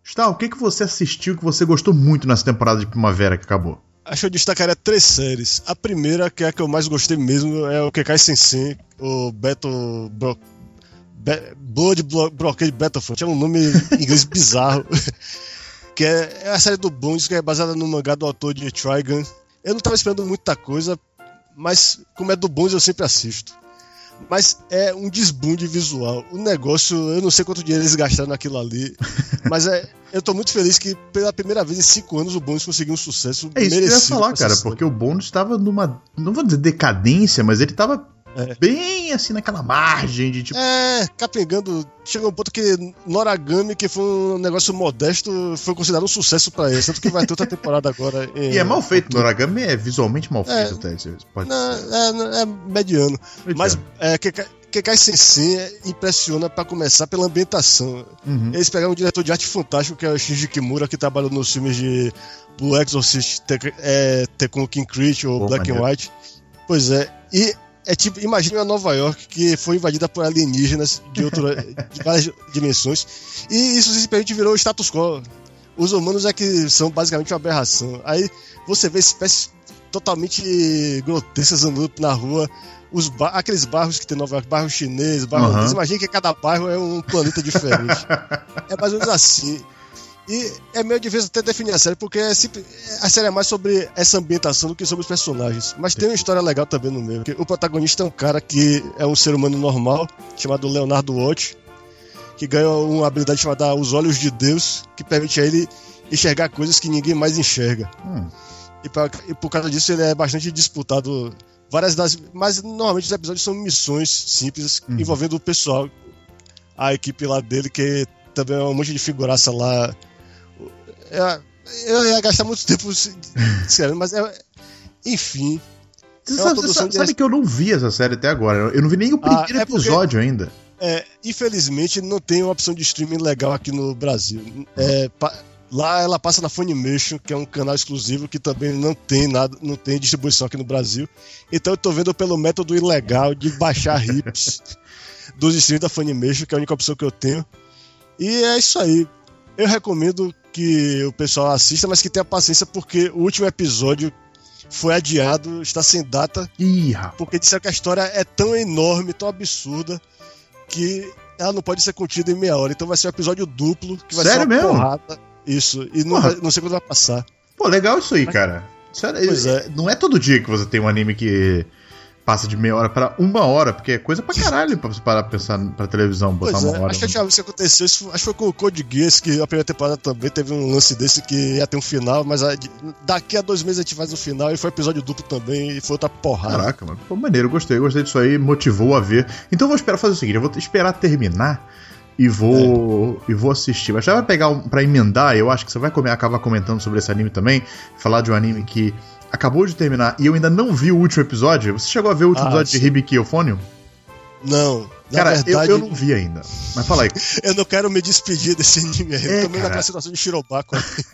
Gustavo, o que você assistiu que você gostou muito nessa temporada de primavera que acabou? Acho que eu destacaria 3 séries. A primeira, que é a que eu mais gostei mesmo, é o Kekai Sensei, o Blood Blockade Battlefront. É um nome em inglês bizarro. Que é a série do Bones, que é baseada no mangá do autor de Trigun. Eu não tava esperando muita coisa, mas como é do Bones eu sempre assisto. Mas é um desbunde visual. O negócio, eu não sei quanto dinheiro eles gastaram naquilo ali, mas eu tô muito feliz que pela primeira vez em 5 anos o Bones conseguiu um sucesso merecido. É isso que eu ia falar, cara, porque o Bones estava numa, não vou dizer decadência, mas ele tava bem assim naquela margem de tipo... capengando. Chegou um ponto que Noragami, que foi um negócio modesto, foi considerado um sucesso pra ele. Tanto que vai ter outra temporada agora. E é mal feito, Noragami é visualmente mal feito até. Pode é mediano. Mas Kekai Sensei impressiona pra começar pela ambientação. Eles pegaram um diretor de arte fantástico, que é o Shinji Kimura, que trabalhou nos filmes de Blue Exorcist, Tekken King Creature ou Black and White. Pois é, e é tipo, imagine uma Nova York que foi invadida por alienígenas de várias dimensões, e isso simplesmente virou status quo. Os humanos é que são basicamente uma aberração. Aí você vê espécies totalmente grotescas andando na rua, aqueles bairros que tem em Nova York, bairro chinês, bairro... Imagina que cada bairro é um planeta diferente. É mais ou menos assim. E é meio difícil até definir a série, porque a série é mais sobre essa ambientação do que sobre os personagens. Mas tem uma história legal também no meio. O protagonista é um cara que é um ser humano normal, chamado Leonardo Watt, que ganha uma habilidade chamada Os Olhos de Deus, que permite a ele enxergar coisas que ninguém mais enxerga. E por causa disso ele é bastante disputado. Mas normalmente os episódios são missões simples, envolvendo o pessoal, a equipe lá dele, que também é um monte de figuraça lá. Eu ia gastar muito tempo escrevendo, mas enfim. Sabe que eu não vi essa série até agora. Eu não vi nem o primeiro episódio ainda. Infelizmente não tem uma opção de streaming legal aqui no Brasil. Lá ela passa na Funimation, que é um canal exclusivo que também não tem distribuição aqui no Brasil. Então eu tô vendo pelo método ilegal de baixar rips dos streams da Funimation, que é a única opção que eu tenho. E é isso aí. Eu recomendo que o pessoal assista, mas que tenha paciência, porque o último episódio foi adiado, está sem data. Porque disseram que a história é tão enorme, tão absurda, que ela não pode ser contida em meia hora. Então vai ser um episódio duplo, que vai ser uma porrada. Isso, e não sei quando vai passar. Pô, legal isso aí, cara. Pois não é todo dia que você tem um anime que passa de meia hora pra 1 hora, porque é coisa pra caralho pra você parar pra pensar pra televisão, botar 1 hora. Acho que a última vez que aconteceu isso, acho que foi com o Code Geass, que a primeira temporada também teve um lance desse que ia ter um final, mas daqui a 2 meses a gente faz o final, e foi episódio duplo também, e foi outra porrada. Caraca, mano. Pô, maneiro, gostei disso aí, motivou a ver. Então eu vou esperar fazer o seguinte, eu vou esperar terminar e vou assistir. Mas já vai pegar pra emendar, eu acho que você vai acabar comentando sobre esse anime também, falar de um anime que acabou de terminar e eu ainda não vi o último episódio. Você chegou a ver o último episódio de Hibiki Euphonium? Não. Cara, verdade, eu não vi ainda. Mas fala aí. Eu não quero me despedir desse anime aí. Eu tô meio naquela situação de Shirobako.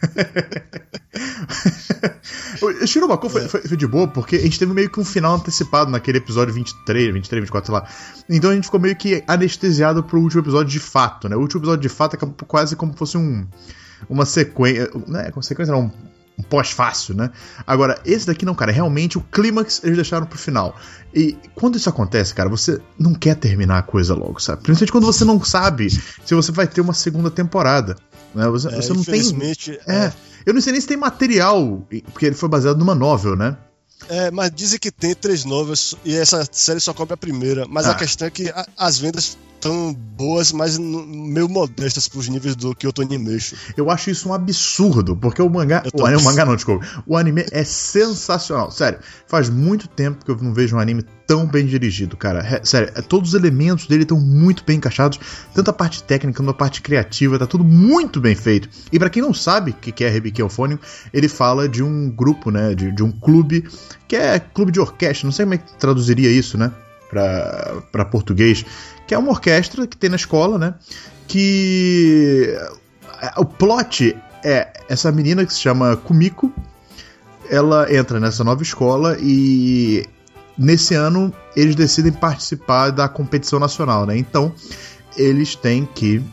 O Shirobako foi de boa, porque a gente teve meio que um final antecipado naquele episódio 23, 24, sei lá. Então a gente ficou meio que anestesiado pro último episódio de fato, né? O último episódio de fato é quase como se fosse uma sequência. Né? Uma sequência não, um pós-fácil, né? Agora, esse daqui não, cara, realmente o clímax eles deixaram pro final. E quando isso acontece, cara, você não quer terminar a coisa logo, sabe? Principalmente quando você não sabe se você vai ter uma segunda temporada, né? Você não tem... Eu não sei nem se tem material, porque ele foi baseado numa novel, né? Mas dizem que tem 3 novels e essa série só cobre a primeira. Mas a questão é que as vendas tão boas, mas meio modestas pros níveis do Kyoto Animation. Eu acho isso um absurdo, porque o mangá... O anime é sensacional. Sério, faz muito tempo que eu não vejo um anime tão bem dirigido, cara. Sério, todos os elementos dele estão muito bem encaixados, tanto a parte técnica quanto a parte criativa, tá tudo muito bem feito. E pra quem não sabe o que é Hibiki Euphonium, ele fala de um grupo, né, de um clube, que é clube de orquestra, não sei como é que traduziria isso, né, pra português, que é uma orquestra que tem na escola, né, que o plot é essa menina que se chama Kumiko, ela entra nessa nova escola e nesse ano eles decidem participar da competição nacional, né, então eles têm que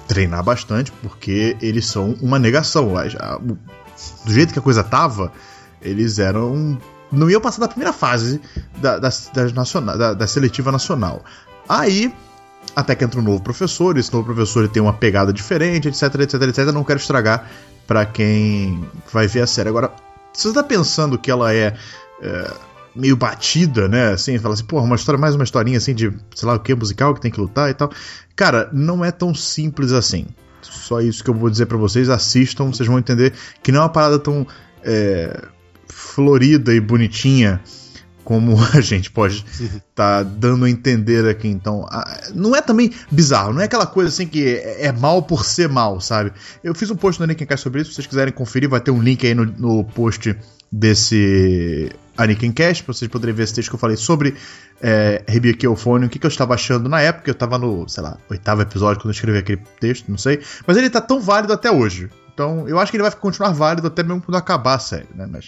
treinar bastante, porque eles são uma negação. Do jeito que a coisa tava, eles não iam passar da primeira fase da seletiva nacional. Aí, até que entra um novo professor, esse novo professor ele tem uma pegada diferente, etc, etc, etc. Não quero estragar pra quem vai ver a série. Agora, se você tá pensando que ela é meio batida, né, assim, fala assim, porra, mais uma historinha assim de, sei lá o que, musical que tem que lutar e tal. Cara, não é tão simples assim. Só isso que eu vou dizer pra vocês, assistam, vocês vão entender que não é uma parada tão florida e bonitinha como a gente pode tá dando a entender aqui. Então, não é também bizarro, não é aquela coisa assim que é mal por ser mal, sabe? Eu fiz um post no Aniken Cast sobre isso, se vocês quiserem conferir, vai ter um link aí no post desse Aniken Cast, pra vocês poderem ver esse texto que eu falei sobre Hibiki Euphonium, o que eu estava achando na época. Eu estava no, sei lá, 8º episódio quando eu escrevi aquele texto, não sei, mas ele tá tão válido até hoje. Então, eu acho que ele vai continuar válido até mesmo quando acabar a série, né? Mas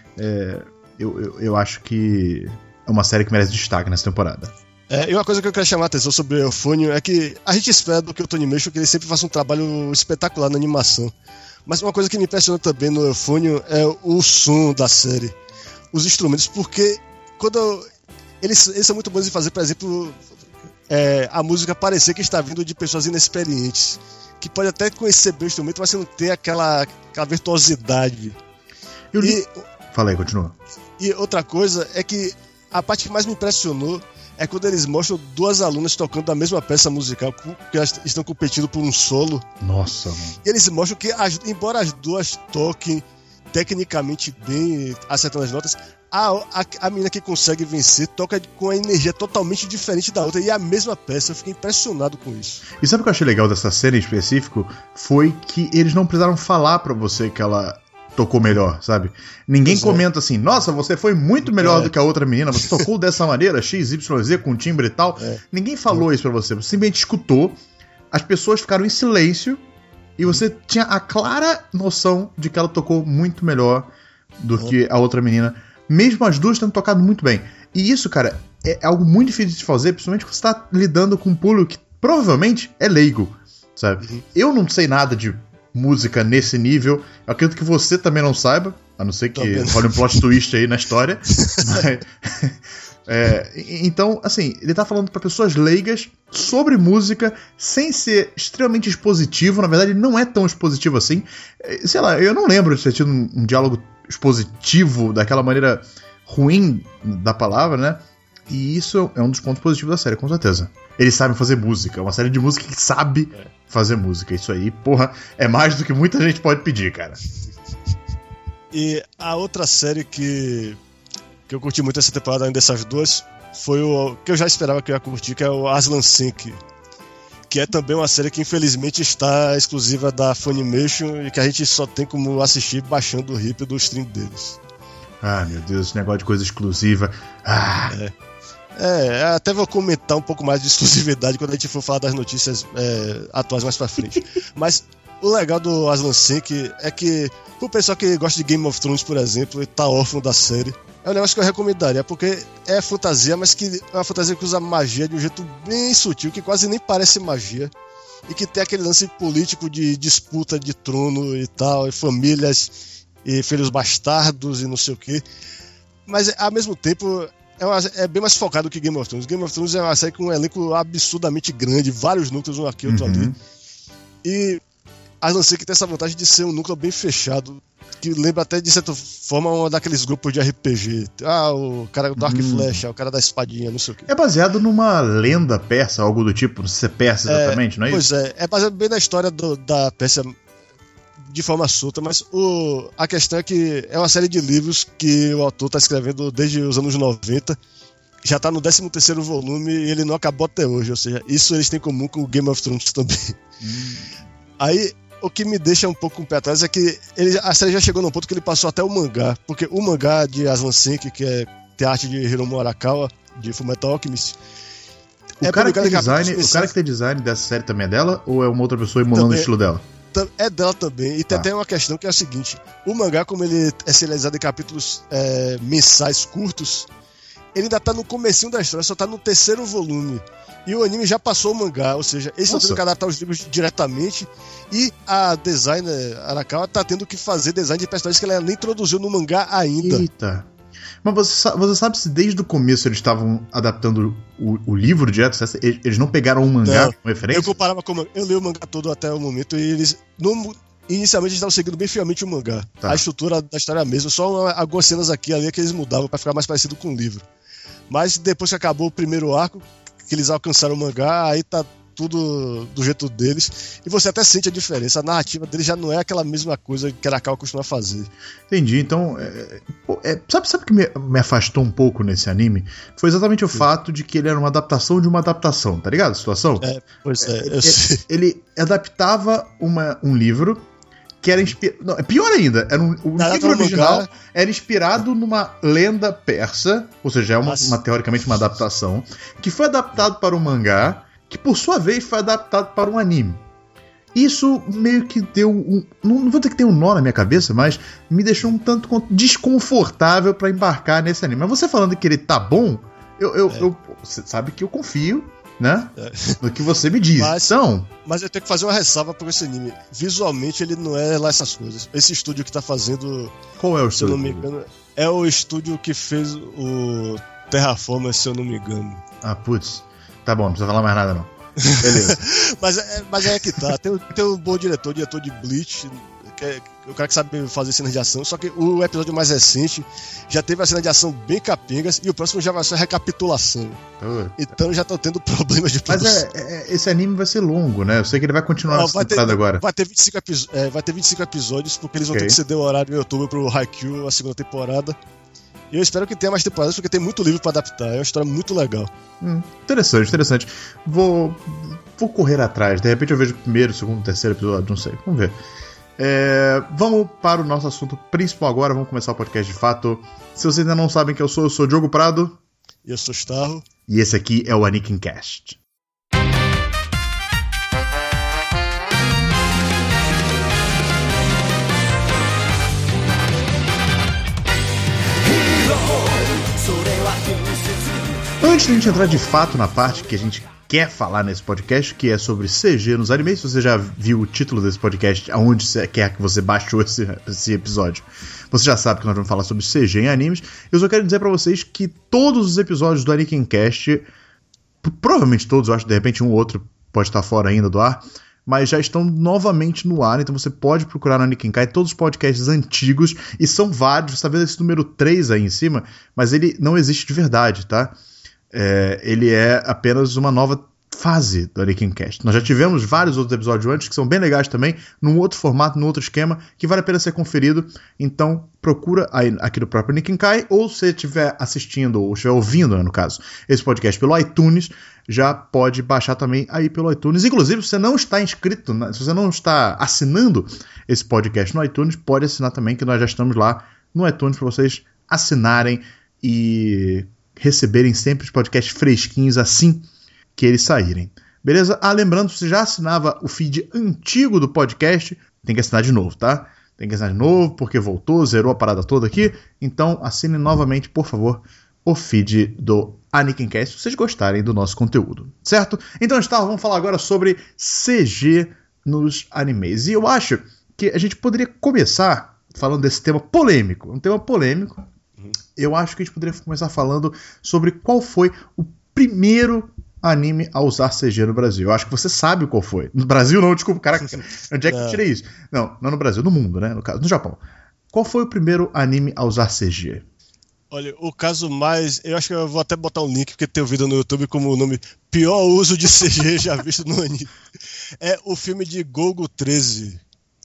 eu acho que é uma série que merece destaque nessa temporada. E uma coisa que eu quero chamar a atenção sobre o Euphonium é que a gente espera do Kyoto Animation que ele sempre faça um trabalho espetacular na animação. Mas uma coisa que me impressiona também no Euphonium é o som da série, os instrumentos, porque quando eles são muito bons em fazer, por exemplo, a música parecer que está vindo de pessoas inexperientes, que pode até conhecer bem o instrumento, mas você não tem aquela virtuosidade. Fala aí, continua. E outra coisa é que a parte que mais me impressionou é quando eles mostram duas alunas tocando a mesma peça musical, que elas estão competindo por um solo. Nossa, mano. E eles mostram que, embora as duas toquem tecnicamente bem, acertando as notas, a menina que consegue vencer toca com a energia totalmente diferente da outra, e é a mesma peça. Eu fiquei impressionado com isso. E sabe o que eu achei legal dessa cena em específico? Foi que eles não precisaram falar pra você que ela tocou melhor, sabe? Ninguém comenta assim, nossa, você foi muito melhor do que a outra menina, você tocou dessa maneira, XYZ, com timbre e tal. Ninguém falou isso pra você simplesmente escutou, as pessoas ficaram em silêncio e você tinha a clara noção de que ela tocou muito melhor do que a outra menina, mesmo as duas tendo tocado muito bem. E isso, cara, é algo muito difícil de fazer, principalmente quando você tá lidando com um público que provavelmente é leigo, sabe? Eu não sei nada de música nesse nível, eu acredito que você também não saiba, a não ser que role um plot twist aí na história. Mas, então, assim, ele tá falando pra pessoas leigas sobre música, sem ser extremamente expositivo. Na verdade, ele não é tão expositivo assim. Sei lá, eu não lembro de ter tido um diálogo expositivo daquela maneira ruim da palavra, né? E isso é um dos pontos positivos da série, com certeza. Eles sabem fazer música, é uma série de música que sabe fazer música. Isso aí, porra, é mais do que muita gente pode pedir, cara. E a outra série que eu curti muito essa temporada, além dessas duas, foi o que eu já esperava que eu ia curtir, que é o Aslan Sync, que é também uma série que infelizmente está exclusiva da Funimation e que a gente só tem como assistir baixando o RIP do stream deles. Ah, meu Deus, esse negócio de coisa exclusiva. Até vou comentar um pouco mais de exclusividade quando a gente for falar das notícias atuais mais pra frente. Mas o legal do Aslan Sync é que o pessoal que gosta de Game of Thrones, por exemplo, e tá órfão da série, é um negócio que eu recomendaria, porque é fantasia, mas que é uma fantasia que usa magia de um jeito bem sutil, que quase nem parece magia, e que tem aquele lance político de disputa de trono e tal, e famílias e filhos bastardos e não sei o que. Mas ao mesmo tempo é bem mais focado que Game of Thrones. Game of Thrones é uma série com um elenco absurdamente grande, vários núcleos, um aqui, outro ali. E Aslan Sync tem essa vantagem de ser um núcleo bem fechado, que lembra até, de certa forma, um daqueles grupos de RPG. O cara do arco e flecha, o cara da espadinha, não sei o quê. É baseado numa lenda persa, algo do tipo, não sei se é persa exatamente, não é isso? Pois é baseado bem na história da Pérsia de forma solta, mas a questão é que é uma série de livros que o autor está escrevendo desde os anos 90, já está no 13º volume e ele não acabou até hoje, ou seja, isso eles têm em comum com o Game of Thrones também. Aí, o que me deixa um pouco com o pé atrás é que a série já chegou num ponto que ele passou até o mangá, porque o mangá de Aslan Sync, que tem a arte de Hiromu Arakawa, de Fullmetal Alchemist, o cara que tem design dessa série também é dela, ou é uma outra pessoa emulando o estilo dela? É dela também, e tem até uma questão que é a seguinte: o mangá, como ele é serializado em capítulos mensais curtos, ele ainda tá no comecinho da história, só tá no 3º volume. E o anime já passou o mangá, ou seja, eles estão tendo que adaptar os livros diretamente. E a designer Arakawa tá tendo que fazer design de personagens que ela nem introduziu no mangá ainda. Eita. Mas você sabe se desde o começo eles estavam adaptando o livro direto? Eles não pegaram um mangá como referência? Eu comparava com eu li o mangá todo até o momento e eles... Inicialmente eles estavam seguindo bem fielmente o mangá. Tá. A estrutura da história é a mesma, só algumas cenas aqui e ali que eles mudavam pra ficar mais parecido com o livro. Mas depois que acabou o primeiro arco, que eles alcançaram o mangá, aí tá tudo do jeito deles. E você até sente a diferença. A narrativa deles já não é aquela mesma coisa que a Arakawa costuma fazer. Entendi. Então, sabe o que me afastou um pouco nesse anime? Foi exatamente o fato de que ele era uma adaptação de uma adaptação, tá ligado a situação? Eu sei. Ele adaptava um livro que era inspirado... Não, é pior ainda. O livro original era inspirado numa lenda persa, ou seja, é teoricamente uma adaptação, que foi adaptado para o mangá, que por sua vez foi adaptado para um anime. Isso meio que deu não vou dizer que tem um nó na minha cabeça, mas me deixou um tanto desconfortável para embarcar nesse anime. Mas você falando que ele tá bom, você sabe que eu confio, né? No que você me diz. Mas eu tenho que fazer uma ressalva por esse anime. Visualmente ele não é lá essas coisas. Esse estúdio que tá fazendo... Qual é o estúdio? Se eu não me engano, é o estúdio que fez o Terraformers, se eu não me engano. Ah, putz. Tá bom, não precisa falar mais nada não. Beleza. mas é que tá. Tem um bom diretor de Bleach, que é o cara que sabe fazer cenas de ação. Só que o episódio mais recente já teve a cena de ação bem capengas e o próximo já vai ser a recapitulação. Então já tô tendo problemas de produção. Mas esse anime vai ser longo, né? Eu sei que ele vai continuar agora. Vai ter 25 episódios, porque eles vão ter que ceder o horário em outubro pro Haikyuu, a segunda temporada. E eu espero que tenha mais temporadas, porque tem muito livro pra adaptar. É uma história muito legal. Interessante. Vou correr atrás. De repente eu vejo o primeiro, segundo, terceiro episódio, não sei. Vamos ver. Vamos para o nosso assunto principal agora. Vamos começar o podcast de fato. Se vocês ainda não sabem quem eu sou Diogo Prado. E eu sou Starro. E esse aqui é o Anikincast. Antes de a gente entrar de fato na parte que a gente quer falar nesse podcast, que é sobre CG nos animes, se você já viu o título desse podcast, aonde você quer que você baixou esse episódio, você já sabe que nós vamos falar sobre CG em animes. Eu só quero dizer pra vocês que todos os episódios do Anikincast, provavelmente todos, eu acho que de repente um ou outro pode estar fora ainda do ar, mas já estão novamente no ar, então você pode procurar no Anikinkai todos os podcasts antigos, e são vários, você está vendo esse número 3 aí em cima, mas ele não existe de verdade, tá? Ele é apenas uma nova fase do Anikincast. Nós já tivemos vários outros episódios antes, que são bem legais também, num outro formato, num outro esquema, que vale a pena ser conferido, então procura aí aqui no próprio Anikinkai, ou se estiver assistindo, ou estiver ouvindo, né, no caso, esse podcast pelo iTunes, já pode baixar também aí pelo iTunes. Inclusive, se você não está inscrito, se você não está assinando esse podcast no iTunes, pode assinar também, que nós já estamos lá no iTunes para vocês assinarem e receberem sempre os podcasts fresquinhos assim que eles saírem. Beleza? Lembrando, se você já assinava o feed antigo do podcast, tem que assinar de novo, tá? Tem que assinar de novo, porque voltou, zerou a parada toda aqui. Então, assine novamente, por favor, o feed do Anikincast, se vocês gostarem do nosso conteúdo, certo? Então, vamos falar agora sobre CG nos animes. E eu acho que a gente poderia começar falando desse tema polêmico. Um tema polêmico. Eu acho que a gente poderia começar falando sobre qual foi o primeiro anime a usar CG no Brasil. Eu acho que você sabe qual foi. No Brasil não, desculpa, caraca, onde é que eu tirei isso? Não no Brasil, no mundo, né? No caso, no Japão. Qual foi o primeiro anime a usar CG? Olha, o caso mais... Eu acho que eu vou até botar um link, porque tem um vídeo no YouTube como o nome pior uso de CG já visto no anime. É o filme de Golgo 13.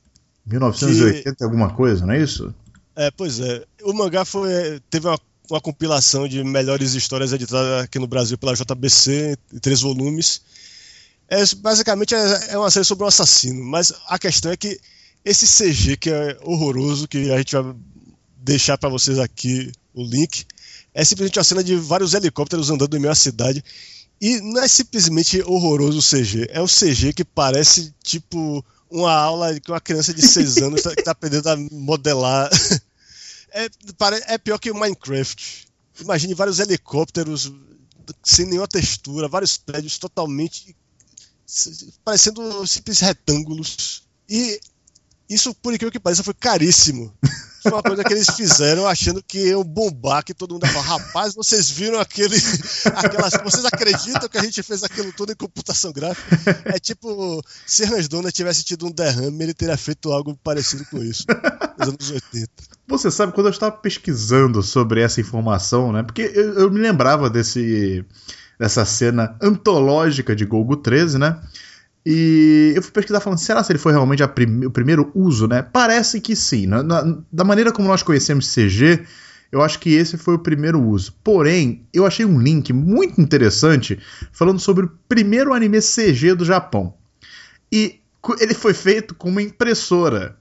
1980 alguma coisa, não é isso? Pois é. O mangá teve uma compilação de melhores histórias editadas aqui no Brasil pela JBC, em 3 volumes. Basicamente é uma série sobre um assassino, mas a questão é que esse CG que é horroroso, que a gente vai deixar para vocês aqui o link, é simplesmente uma cena de vários helicópteros andando em meio à cidade, e não é simplesmente horroroso o CG, é um CG que parece tipo uma aula que uma criança de 6 anos que tá aprendendo a modelar. É pior que o Minecraft. Imagine vários helicópteros sem nenhuma textura, vários prédios totalmente parecendo simples retângulos. E isso, por incrível que pareça, foi caríssimo. Foi uma coisa que eles fizeram achando que iam bombar, que todo mundo ia falar, rapaz, vocês viram vocês acreditam que a gente fez aquilo tudo em computação gráfica? É tipo, se Hans Donner tivesse tido um derrame, ele teria feito algo parecido com isso, nos anos 80. Você sabe, quando eu estava pesquisando sobre essa informação, né, porque eu me lembrava dessa cena antológica de Golgo 13, né, e eu fui pesquisar falando, será que ele foi realmente o primeiro uso, né? Parece que sim. Da maneira como nós conhecemos CG, eu acho que esse foi o primeiro uso. Porém, eu achei um link muito interessante falando sobre o primeiro anime CG do Japão. E ele foi feito com uma impressora.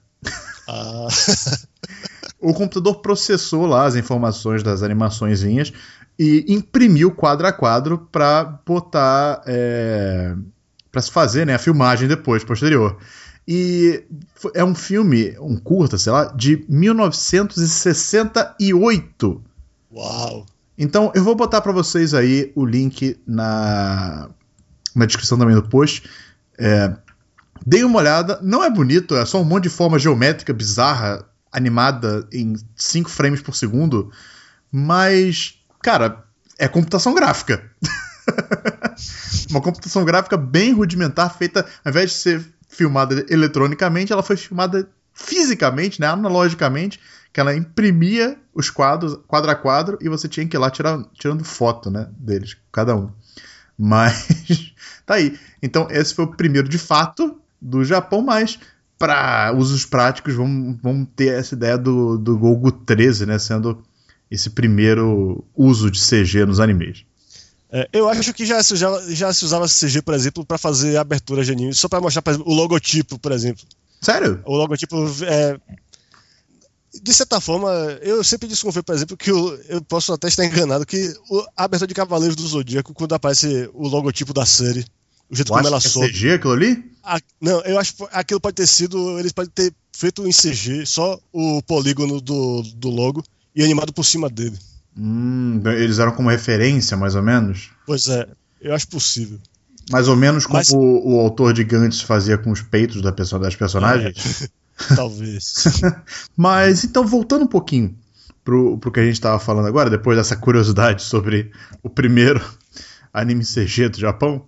O computador processou lá as informações das animaçõezinhas e imprimiu quadro a quadro para botar... para se fazer, né, a filmagem depois, posterior. E é um filme, um curta, sei lá, de 1968. Uau! Então, eu vou botar para vocês aí o link na descrição também do post. Deem uma olhada, não é bonito, é só um monte de forma geométrica bizarra, animada em 5 frames por segundo, mas, cara, é computação gráfica. Uma computação gráfica bem rudimentar, feita, ao invés de ser filmada eletronicamente, ela foi filmada fisicamente, né, analogicamente, que ela imprimia os quadros, quadro a quadro, e você tinha que ir lá tirando foto, né, deles, cada um. Mas, tá aí. Então, esse foi o primeiro, de fato, do Japão, mas para usos práticos, vamos ter essa ideia do Golgo 13, né, sendo esse primeiro uso de CG nos animes. Eu acho que já se usava CG, por exemplo, para fazer abertura de anime, só para mostrar, por exemplo, o logotipo, por exemplo. Sério? O logotipo, de certa forma, eu sempre desconfio, por exemplo, que eu posso até estar enganado, que a abertura de Cavaleiros do Zodíaco, quando aparece o logotipo da série, o jeito como ela sobe. É CG aquilo ali? Não, eu acho que aquilo pode ter sido, eles podem ter feito em CG, só o polígono do logo e animado por cima dele. Eles eram como referência, mais ou menos? Pois é, eu acho possível. Mais ou menos como o autor de Gantz fazia com os peitos das personagens? Talvez. Mas, então, voltando um pouquinho pro que a gente estava falando agora, depois dessa curiosidade sobre o primeiro anime CG do Japão,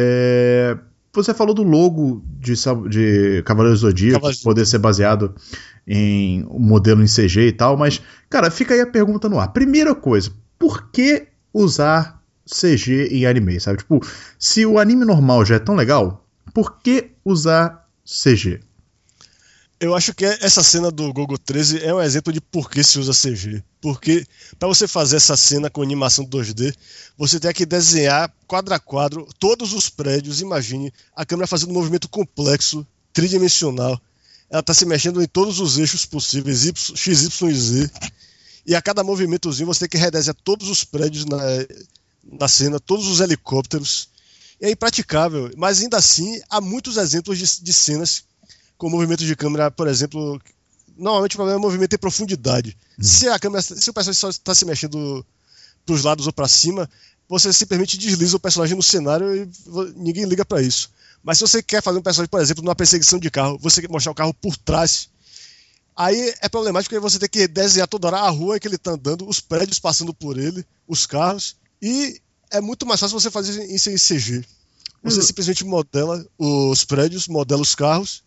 você falou do logo de Cavaleiros do Zodíaco poder ser baseado em um modelo em CG e tal, mas, cara, fica aí a pergunta no ar. Primeira coisa, por que usar CG em anime, sabe? Tipo, se o anime normal já é tão legal, por que usar CG? Eu acho que essa cena do Golgo 13 é um exemplo de por que se usa CG. Porque para você fazer essa cena com animação 2D, você tem que desenhar quadro a quadro todos os prédios. Imagine a câmera fazendo um movimento complexo, tridimensional. Ela está se mexendo em todos os eixos possíveis, X, Y e Z. E a cada movimentozinho você tem que redesenhar todos os prédios na cena, todos os helicópteros. É impraticável, mas ainda assim há muitos exemplos de cenas com movimento de câmera, por exemplo. Normalmente o problema é o movimento em profundidade. Se o personagem só está se mexendo para os lados ou para cima, você simplesmente desliza o personagem no cenário e ninguém liga para isso. Mas se você quer fazer um personagem, por exemplo, numa perseguição de carro, você quer mostrar o carro por trás, aí é problemático porque você tem que desenhar toda hora a rua em que ele está andando, os prédios passando por ele, os carros, e é muito mais fácil você fazer isso em CG. Você simplesmente modela os prédios, modela os carros,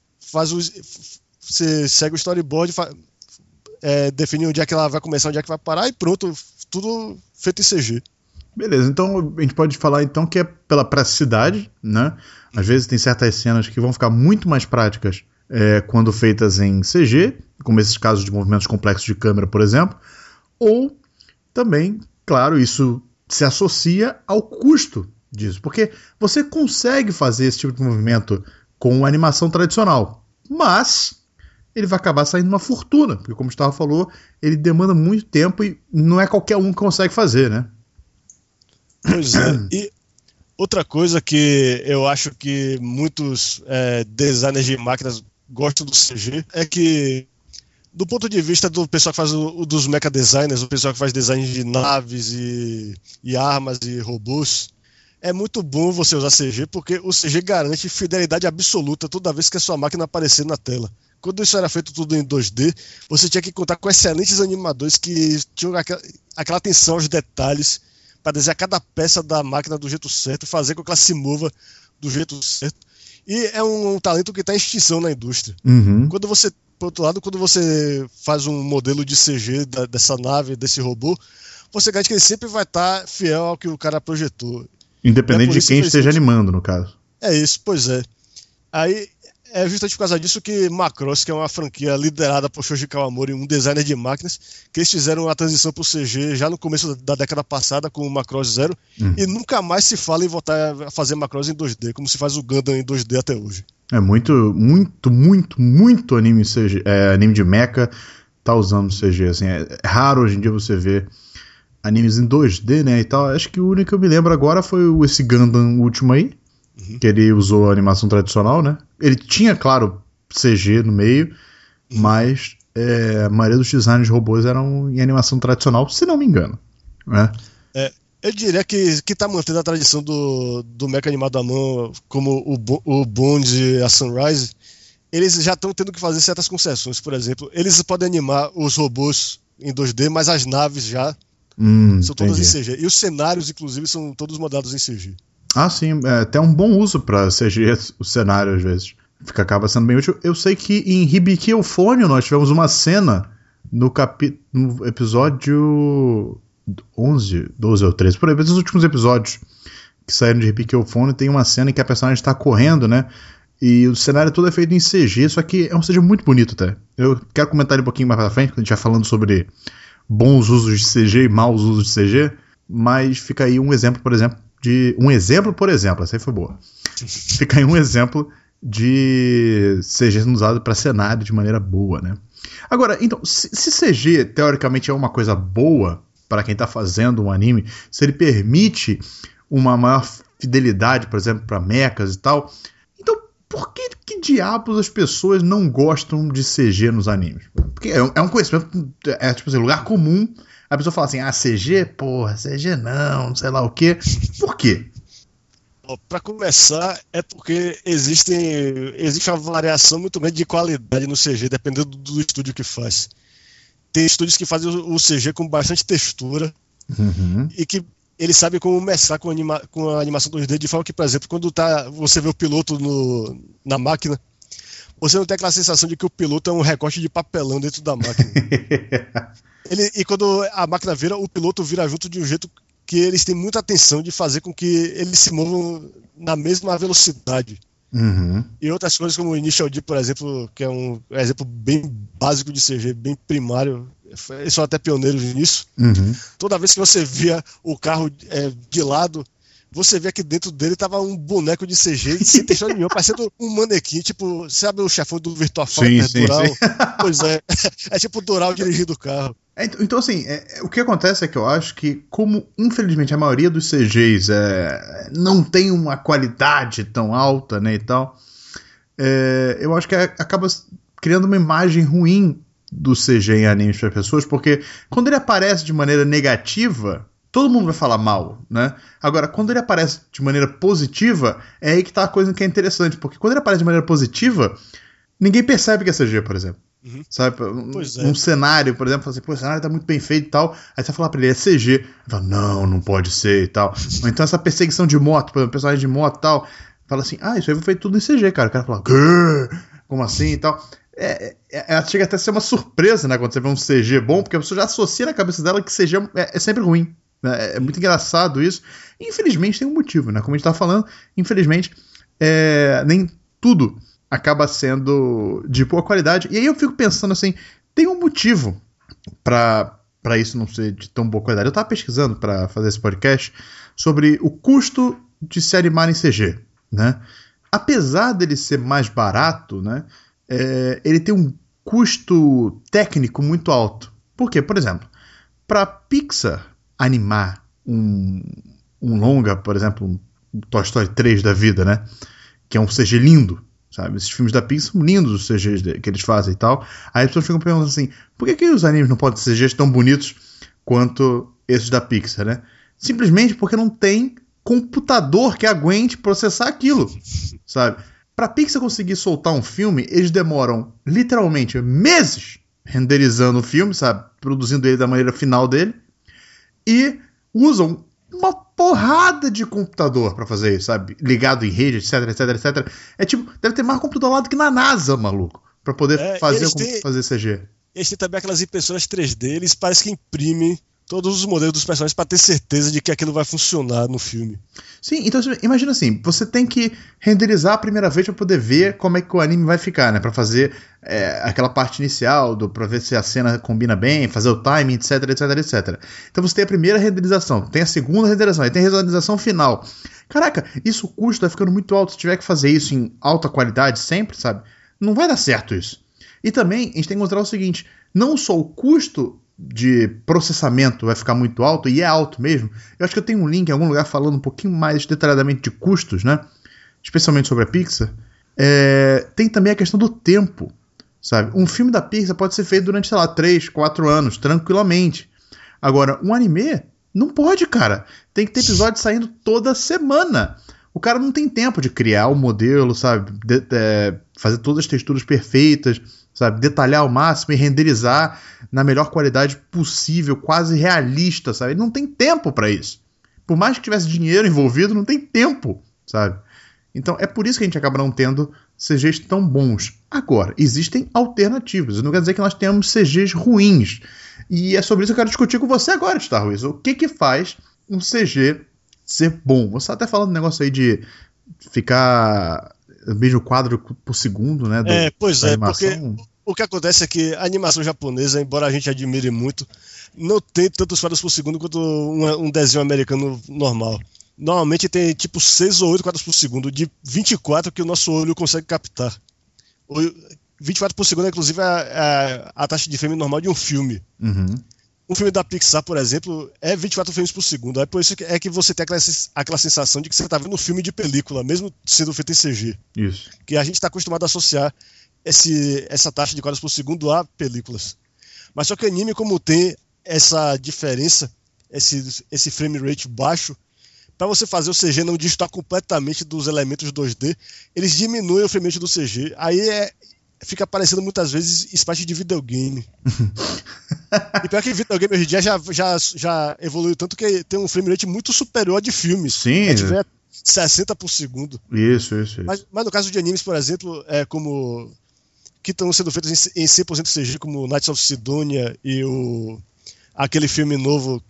você segue o storyboard, define onde é que ela vai começar, onde é que vai parar e pronto, tudo feito em CG. Beleza, então a gente pode falar então que é pela praticidade, né? Às vezes tem certas cenas que vão ficar muito mais práticas quando feitas em CG, como esses casos de movimentos complexos de câmera, por exemplo, ou também, claro, isso se associa ao custo disso, porque você consegue fazer esse tipo de movimento com uma animação tradicional, mas ele vai acabar saindo uma fortuna, porque como o Gustavo falou, ele demanda muito tempo e não é qualquer um que consegue fazer, né? Pois é, e outra coisa que eu acho que muitos designers de máquinas gostam do CG é que Do ponto de vista do pessoal que faz dos mecha designers, o pessoal que faz design de naves e armas e robôs, é muito bom você usar CG, porque o CG garante fidelidade absoluta toda vez que a sua máquina aparecer na tela. Quando isso era feito tudo em 2D, você tinha que contar com excelentes animadores que tinham aquela atenção aos detalhes para desenhar cada peça da máquina do jeito certo, fazer com que ela se mova do jeito certo. E é um talento que está em extinção na indústria. Uhum. Por outro lado, quando você faz um modelo de CG dessa nave, desse robô, você garante que ele sempre vai estar fiel ao que o cara projetou. Independente de quem esteja animando, no caso. É isso, pois é. Aí é justamente por causa disso que Macross, que é uma franquia liderada por Shoji Kawamori, um designer de máquinas, que eles fizeram a transição para o CG já no começo da década passada com o Macross Zero, e nunca mais se fala em voltar a fazer Macross em 2D, como se faz o Gundam em 2D até hoje. É muito anime CG, anime de mecha tá usando CG, assim, é raro hoje em dia você ver animes em 2D, né, e tal. Acho que o único que eu me lembro agora foi esse Gundam último aí, que ele usou a animação tradicional, né? Ele tinha, claro, CG no meio, mas a maioria dos designs de robôs eram em animação tradicional, se não me engano, né? Eu diria que tá mantendo a tradição do mecha animado à mão, como o Bones e a Sunrise. Eles já estão tendo que fazer certas concessões. Por exemplo, eles podem animar os robôs em 2D, mas as naves já são todas em CG. E os cenários, inclusive, são todos modelados em CG. Ah, sim. Até um bom uso para CG o cenário, às vezes. Acaba sendo bem útil. Eu sei que em Hibiki Euphonium nós tivemos uma cena no episódio 11, 12 ou 13, por aí, os últimos episódios que saíram de Hibiki Euphonium, tem uma cena em que a personagem está correndo, né? E o cenário todo é feito em CG, só que é um CG muito bonito até. Eu quero comentar um pouquinho mais pra frente, quando a gente vai falando sobre bons usos de CG e maus usos de CG, mas fica aí um exemplo, por exemplo, essa aí foi boa. Fica aí um exemplo de CG sendo usado para cenário de maneira boa, né? Agora, então, se CG teoricamente é uma coisa boa para quem está fazendo um anime, se ele permite uma maior fidelidade, por exemplo, para mechas e tal, então por que diabos as pessoas não gostam de CG nos animes? Porque é um conhecimento, tipo assim, lugar comum, a pessoa fala assim, CG, porra, CG não sei lá o quê. Por quê? Para começar, é porque existe uma variação muito grande de qualidade no CG, dependendo do estúdio que faz. Tem estúdios que fazem o CG com bastante textura e que eles sabem como mesclar com a animação 2D, de forma que, por exemplo, quando você vê o piloto na máquina, você não tem aquela sensação de que o piloto é um recorte de papelão dentro da máquina. E quando a máquina vira, o piloto vira junto de um jeito que eles têm muita atenção de fazer com que eles se movam na mesma velocidade. E outras coisas como o Initial D, por exemplo, que é um exemplo bem básico de CG, bem primário, eles são até pioneiros nisso. Toda vez que você via o carro de lado, você via que dentro dele tava um boneco de CG sem textura nenhuma, parecendo um manequim, tipo, sabe o chefão do Virtua Fighter, Dural? Sim. Pois é tipo o Dural dirigindo o carro. Então, assim, o que acontece é que eu acho que, como infelizmente a maioria dos CGs não tem uma qualidade tão alta, né, e tal, eu acho que acaba criando uma imagem ruim do CG em animes para as pessoas, porque quando ele aparece de maneira negativa, todo mundo vai falar mal, né? Agora, quando ele aparece de maneira positiva, é aí que tá a coisa que é interessante, porque quando ele aparece de maneira positiva, ninguém percebe que é CG, por exemplo. Sabe? Um cenário, por exemplo, assim, o cenário tá muito bem feito e tal, aí você vai falar pra ele, é CG. Ele fala, não pode ser e tal. Ou então essa perseguição de moto, por exemplo, personagem de moto e tal, fala assim, isso aí foi feito tudo em CG, cara. O cara fala, como assim e tal. Chega até a ser uma surpresa, né, quando você vê um CG bom, porque a pessoa já associa na cabeça dela que CG é sempre ruim. É muito engraçado isso. E, infelizmente tem um motivo, né? Como a gente tava falando, infelizmente nem tudo acaba sendo de boa qualidade. E aí eu fico pensando assim, tem um motivo pra isso não ser de tão boa qualidade. Eu tava pesquisando pra fazer esse podcast sobre o custo de se animar em CG, né? Apesar dele ser mais barato, né? Ele tem um custo técnico muito alto. Por quê? Por exemplo, pra Pixar animar um longa, por exemplo, um Toy Story 3 da vida, né? Que é um CG lindo, sabe? Esses filmes da Pixar são lindos os CGs que eles fazem e tal. Aí as pessoas ficam perguntando assim, por que os animes não podem ser CGs tão bonitos quanto esses da Pixar, né? Simplesmente porque não tem computador que aguente processar aquilo, sabe? Pra Pixar conseguir soltar um filme, eles demoram literalmente meses renderizando o filme, sabe? Produzindo ele da maneira final dele. E usam uma porrada de computador pra fazer isso, sabe? Ligado em rede, etc, etc, etc. É tipo, deve ter mais computador lá do que na NASA, maluco, pra poder fazer CG. Eles têm também aquelas impressoras 3D, eles parecem que imprimem todos os modelos dos personagens pra ter certeza de que aquilo vai funcionar no filme. Sim, então imagina assim, você tem que renderizar a primeira vez pra poder ver como é que o anime vai ficar, né? Pra fazer aquela parte inicial, pra ver se a cena combina bem, fazer o timing, etc, etc, etc. Então você tem a primeira renderização, tem a segunda renderização, aí tem a renderização final. Caraca, isso o custo vai ficando muito alto. Se tiver que fazer isso em alta qualidade sempre, sabe? Não vai dar certo isso. E também a gente tem que mostrar o seguinte, não só o custo de processamento vai ficar muito alto, e é alto mesmo. Eu acho que eu tenho um link em algum lugar falando um pouquinho mais detalhadamente de custos, né? Especialmente sobre a Pixar. Tem também a questão do tempo, sabe? Um filme da Pixar pode ser feito durante, sei lá, 3, 4 anos, tranquilamente. Agora, um anime não pode, cara. Tem que ter episódio saindo toda semana. O cara não tem tempo de criar o modelo, sabe? Fazer todas as texturas perfeitas, sabe? Detalhar ao máximo e renderizar na melhor qualidade possível, quase realista, sabe? Ele não tem tempo pra isso. Por mais que tivesse dinheiro envolvido, não tem tempo, sabe? Então é por isso que a gente acaba não tendo CGs tão bons. Agora, existem alternativas. Não quer dizer que nós tenhamos CGs ruins. E é sobre isso que eu quero discutir com você agora, Star Wars. O que faz um CG ser bom? Você tá até falando um negócio aí de ficar mesmo quadro por segundo, né? Pois é, porque o que acontece é que a animação japonesa, embora a gente admire muito, não tem tantos quadros por segundo quanto um desenho americano normal. Normalmente tem tipo 6 ou 8 quadros por segundo, de 24 que o nosso olho consegue captar. 24 por segundo, inclusive, é a taxa de frame normal de um filme. Uhum. Um filme da Pixar, por exemplo, é 24 frames por segundo. É por isso que você tem aquela sensação de que você está vendo um filme de película, mesmo sendo feito em CG. Isso. Que a gente está acostumado a associar essa taxa de quadros por segundo a películas. Mas só que o anime, como tem essa diferença, esse frame rate baixo, para você fazer o CG não destoar completamente dos elementos 2D, eles diminuem o frame rate do CG. Aí fica parecendo muitas vezes sprite de videogame. E pior que videogame hoje em dia já evoluiu tanto que tem um frame rate muito superior a de filmes. Sim. A de 60 por segundo. Isso. Mas no caso de animes, por exemplo, que estão sendo feitos em 100% CG, como Knights of Sidonia e aquele filme novo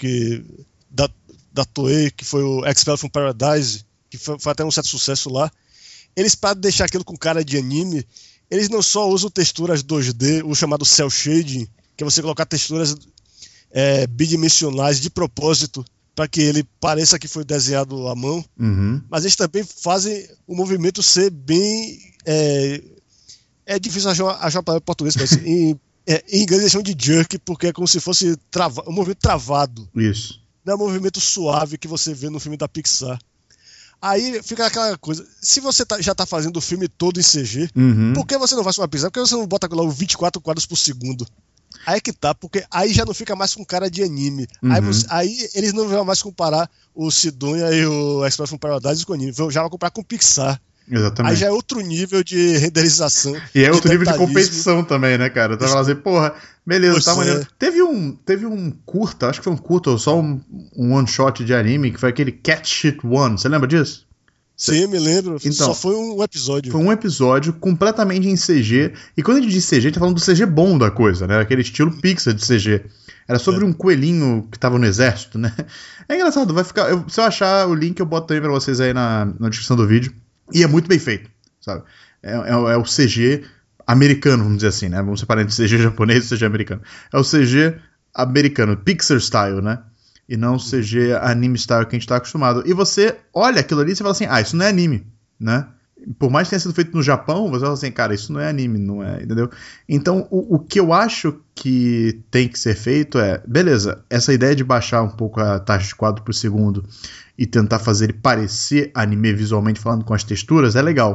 da Toei, que foi o Expelled from Paradise, que foi até um certo sucesso lá. Eles, para deixar aquilo com cara de anime, eles não só usam texturas 2D, o chamado cel shading, que é você colocar texturas bidimensionais de propósito para que ele pareça que foi desenhado à mão, mas eles também fazem o movimento ser bem... É difícil achar uma palavra em português, mas em inglês eles chamam de jerk, porque é como se fosse um movimento travado. Isso. Não é um movimento suave que você vê no filme da Pixar. Aí fica aquela coisa, se você já está fazendo o filme todo em CG, por que você não faz uma Pixar? Por que você não bota logo 24 quadros por segundo? Aí é que tá, porque aí já não fica mais com cara de anime. Aí eles não vão mais comparar o Sidonia e o Express from Paradise com anime, já vão comparar com Pixar. Exatamente. Aí já é outro nível de renderizaão. E é outro nível de competição também, né, cara? Tá falando assim, porra, beleza, tá maneiro. Teve um curta, acho que foi um curta, ou só um one shot de anime, que foi aquele Cat Shit One. Você lembra disso? Sim, me lembro. Então, só foi um episódio. Foi um episódio completamente em CG. E quando a gente diz CG, a gente tá falando do CG bom da coisa, né? Aquele estilo Pixar de CG. Era sobre um coelhinho que tava no exército, né? É engraçado, vai ficar. Se eu achar o link, eu boto também pra vocês aí na descrição do vídeo. E é muito bem feito, sabe? É o CG americano, vamos dizer assim, né? Vamos separar entre CG japonês e CG americano. É o CG americano, Pixar style, né? E não o CG anime style que a gente tá acostumado. E você olha aquilo ali e você fala assim, isso não é anime, né? Por mais que tenha sido feito no Japão, você fala assim, cara, isso não é anime, não é, entendeu? Então, o que eu acho que tem que ser feito beleza, essa ideia de baixar um pouco a taxa de quadro por segundo e tentar fazer ele parecer anime visualmente falando com as texturas é legal,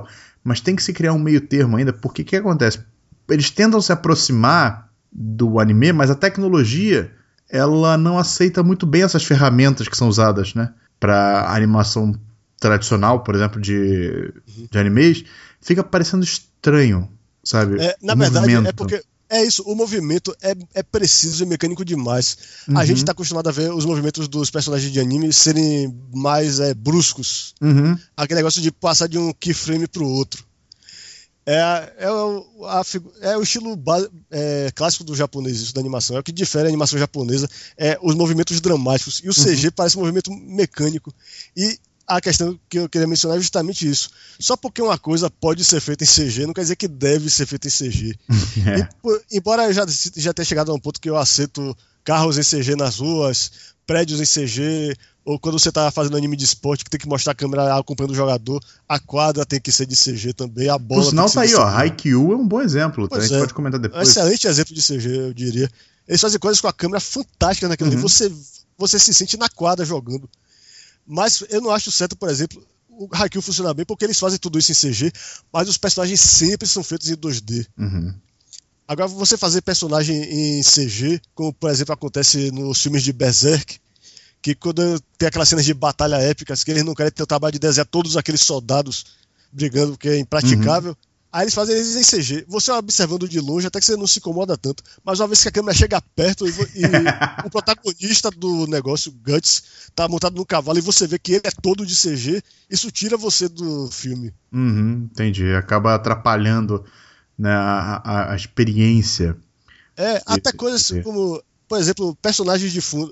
mas tem que se criar um meio termo ainda, porque o que acontece? Eles tentam se aproximar do anime, mas a tecnologia, ela não aceita muito bem essas ferramentas que são usadas, né, para animação tradicional, por exemplo, de animes, fica parecendo estranho, sabe? Na verdade, é porque é isso, o movimento é preciso e mecânico demais. A gente tá acostumado a ver os movimentos dos personagens de anime serem mais bruscos. Aquele negócio de passar de um keyframe pro outro. É o estilo clássico do japonês, isso da animação. É o que difere a animação japonesa, os movimentos dramáticos. E o CG parece um movimento mecânico. E a questão que eu queria mencionar é justamente isso. Só porque uma coisa pode ser feita em CG, não quer dizer que deve ser feita em CG. Embora eu já tenha chegado a um ponto que eu aceito carros em CG nas ruas, prédios em CG, ou quando você está fazendo anime de esporte que tem que mostrar a câmera acompanhando o jogador, a quadra tem que ser de CG também, a bola. Por sinal, tem que tá ser aí, ó. Haikyuu é um bom exemplo. A gente pode comentar depois. Um excelente exemplo de CG, eu diria. Eles fazem coisas com a câmera fantástica naquele ali. Você se sente na quadra jogando. Mas eu não acho certo, por exemplo, o Haikyuu funcionar bem porque eles fazem tudo isso em CG, mas os personagens sempre são feitos em 2D. Agora, você fazer personagem em CG, como por exemplo acontece nos filmes de Berserk, que quando tem aquelas cenas de batalha épicas, que eles não querem ter o trabalho de desenhar todos aqueles soldados brigando, porque é impraticável, aí eles fazem eles em CG. Você observando de longe, até que você não se incomoda tanto, mas uma vez que a câmera chega perto e o protagonista do negócio, Guts, tá montado no cavalo e você vê que ele é todo de CG, isso tira você do filme. Entendi. Acaba atrapalhando, né, a experiência. Até coisas como, por exemplo, personagens de fundo.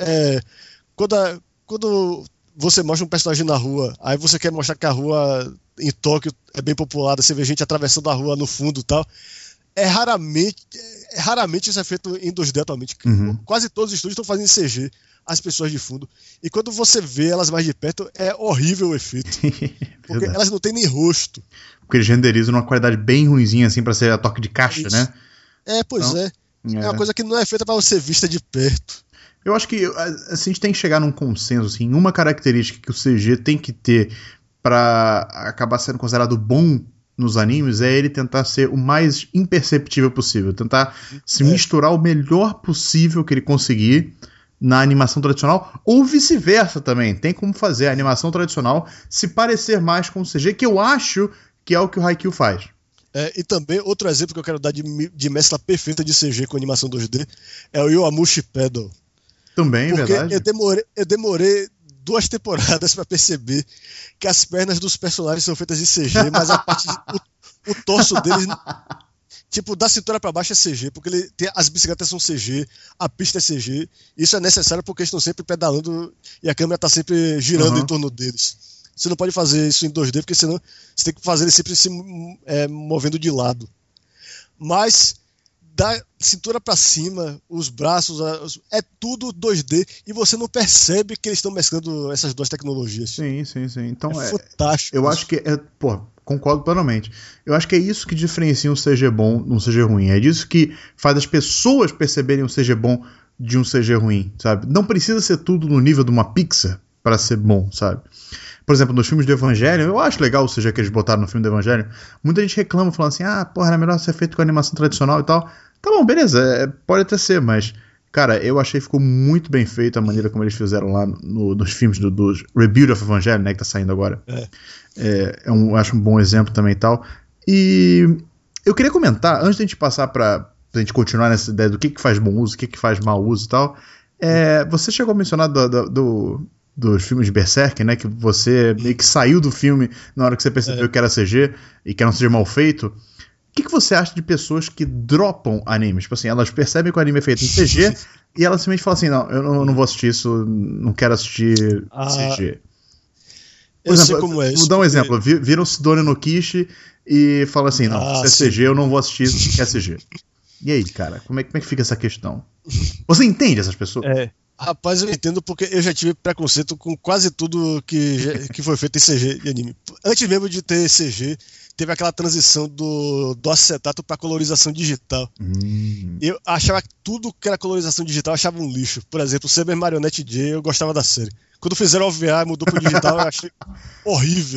Quando você mostra um personagem na rua, aí você quer mostrar que a rua em Tóquio é bem populada, você vê gente atravessando a rua no fundo e tal. Raramente isso é feito em 2D atualmente. Quase todos os estúdios estão fazendo em CG as pessoas de fundo. E quando você vê elas mais de perto, é horrível o efeito. Porque elas não têm nem rosto. Porque eles renderizam numa qualidade bem ruinzinha, assim, pra ser a toque de caixa, né? Pois então, é uma coisa que não é feita pra você vista de perto. Eu acho que assim, a gente tem que chegar num consenso, assim, uma característica que o CG tem que ter para acabar sendo considerado bom nos animes é ele tentar ser o mais imperceptível possível, tentar se misturar o melhor possível que ele conseguir na animação tradicional, ou vice-versa também. Tem como fazer a animação tradicional se parecer mais com o CG, que eu acho que é o que o Haikyuu faz. E também, outro exemplo que eu quero dar de mescla perfeita de CG com animação 2D é o Yowamushi Pedal. Também, porque verdade. Eu demorei 2 temporadas pra perceber que as pernas dos personagens são feitas de CG, mas a parte o torso deles, tipo, da cintura pra baixo é CG, porque as bicicletas são CG, a pista é CG. Isso é necessário porque eles estão sempre pedalando e a câmera tá sempre girando em torno deles. Você não pode fazer isso em 2D, porque senão você tem que fazer ele sempre se movendo de lado. Mas da cintura para cima, os braços, é tudo 2D e você não percebe que eles estão mesclando essas duas tecnologias. Sim. Então fantástico. Eu acho que concordo plenamente. Eu acho que é isso que diferencia um CG bom de um CG ruim. É disso que faz as pessoas perceberem um CG bom de um CG ruim, sabe? Não precisa ser tudo no nível de uma Pixar para ser bom, sabe? Por exemplo, nos filmes do Evangelho, eu acho legal o CG que eles botaram no filme do Evangelho. Muita gente reclama, falando assim, era melhor ser feito com animação tradicional e tal. Tá bom, beleza, pode até ser, mas, cara, eu achei que ficou muito bem feito a maneira como eles fizeram lá nos filmes do Rebuild of Evangelho, né, que tá saindo agora. Eu acho um bom exemplo também e tal. E eu queria comentar, antes de a gente passar pra gente continuar nessa ideia do que faz bom uso, o que faz mau uso e tal, você chegou a mencionar dos filmes de Berserk, né, que você meio que saiu do filme na hora que você percebeu que era CG e que era um CG mal feito. O que você acha de pessoas que dropam animes? Tipo assim, elas percebem que o anime é feito em CG e elas simplesmente falam assim, não, eu não vou assistir isso, não quero assistir CG. Por exemplo, vou dar um exemplo, viram Sidonia no Kishi e falam assim, não, se é CG eu não vou assistir isso, que é CG. E aí, cara, como é que fica essa questão? Você entende essas pessoas? Rapaz, eu entendo porque eu já tive preconceito com quase tudo que foi feito em CG de anime. Antes mesmo de ter CG, teve aquela transição do acetato para colorização digital. Eu achava que tudo que era colorização digital eu achava um lixo. Por exemplo, Saber Marionette J, eu gostava da série. Quando fizeram OVA e mudou pro digital, eu achei horrível.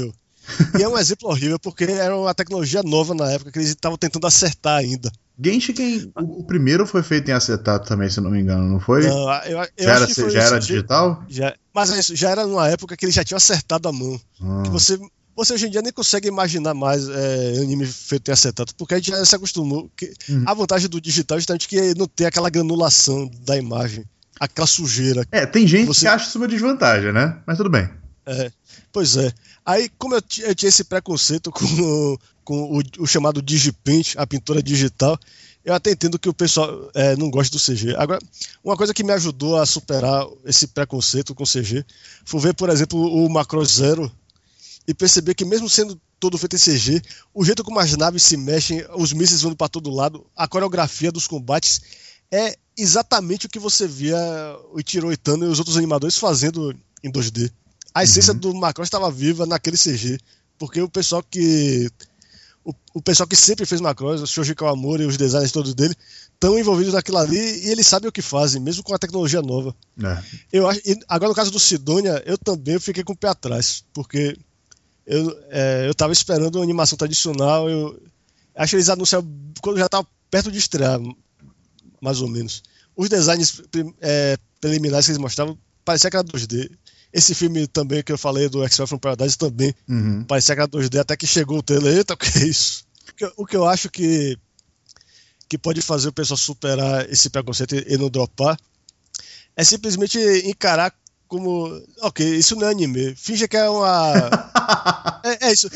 E é um exemplo horrível, porque era uma tecnologia nova na época, que eles estavam tentando acertar ainda. Genshiken, o primeiro foi feito em acetato também, se não me engano, não foi? Não, eu já acho que foi já era digital? Mas isso já era numa época que eles já tinham acertado a mão. Que você hoje em dia nem consegue imaginar mais anime feito em acetato, porque a gente já se acostumou. A vantagem do digital é justamente que não tem aquela granulação da imagem, aquela sujeira. Tem gente que acha isso uma desvantagem, né? Mas tudo bem. Pois é. Aí, como eu tinha esse preconceito com o chamado Digipaint, a pintura digital, eu até entendo que o pessoal não gosta do CG. Agora, uma coisa que me ajudou a superar esse preconceito com CG foi ver, por exemplo, o Macross Zero e perceber que, mesmo sendo todo feito em CG, o jeito como as naves se mexem, os mísseis vão para todo lado, a coreografia dos combates é exatamente o que você via o Ichiro Itano e os outros animadores fazendo em 2D. A essência do Macross estava viva naquele CG, porque o pessoal que sempre fez Macross, o Shoji Kawamura e os designers todos dele, estão envolvidos naquilo ali e eles sabem o que fazem, mesmo com a tecnologia nova. Agora, no caso do Sidonia, eu também fiquei com o pé atrás, porque eu estava esperando uma animação tradicional. Eu acho que eles anunciaram quando já estava perto de estrear, mais ou menos. Os designs preliminares que eles mostravam parecia que era 2D. Esse filme também que eu falei do Exile from Paradise também parecia que era 2D, até que chegou o trailer. Eita, o que é isso? O que eu acho que pode fazer o pessoal superar esse preconceito e não dropar é simplesmente encarar como, ok, isso não é anime, finge que é uma... é isso,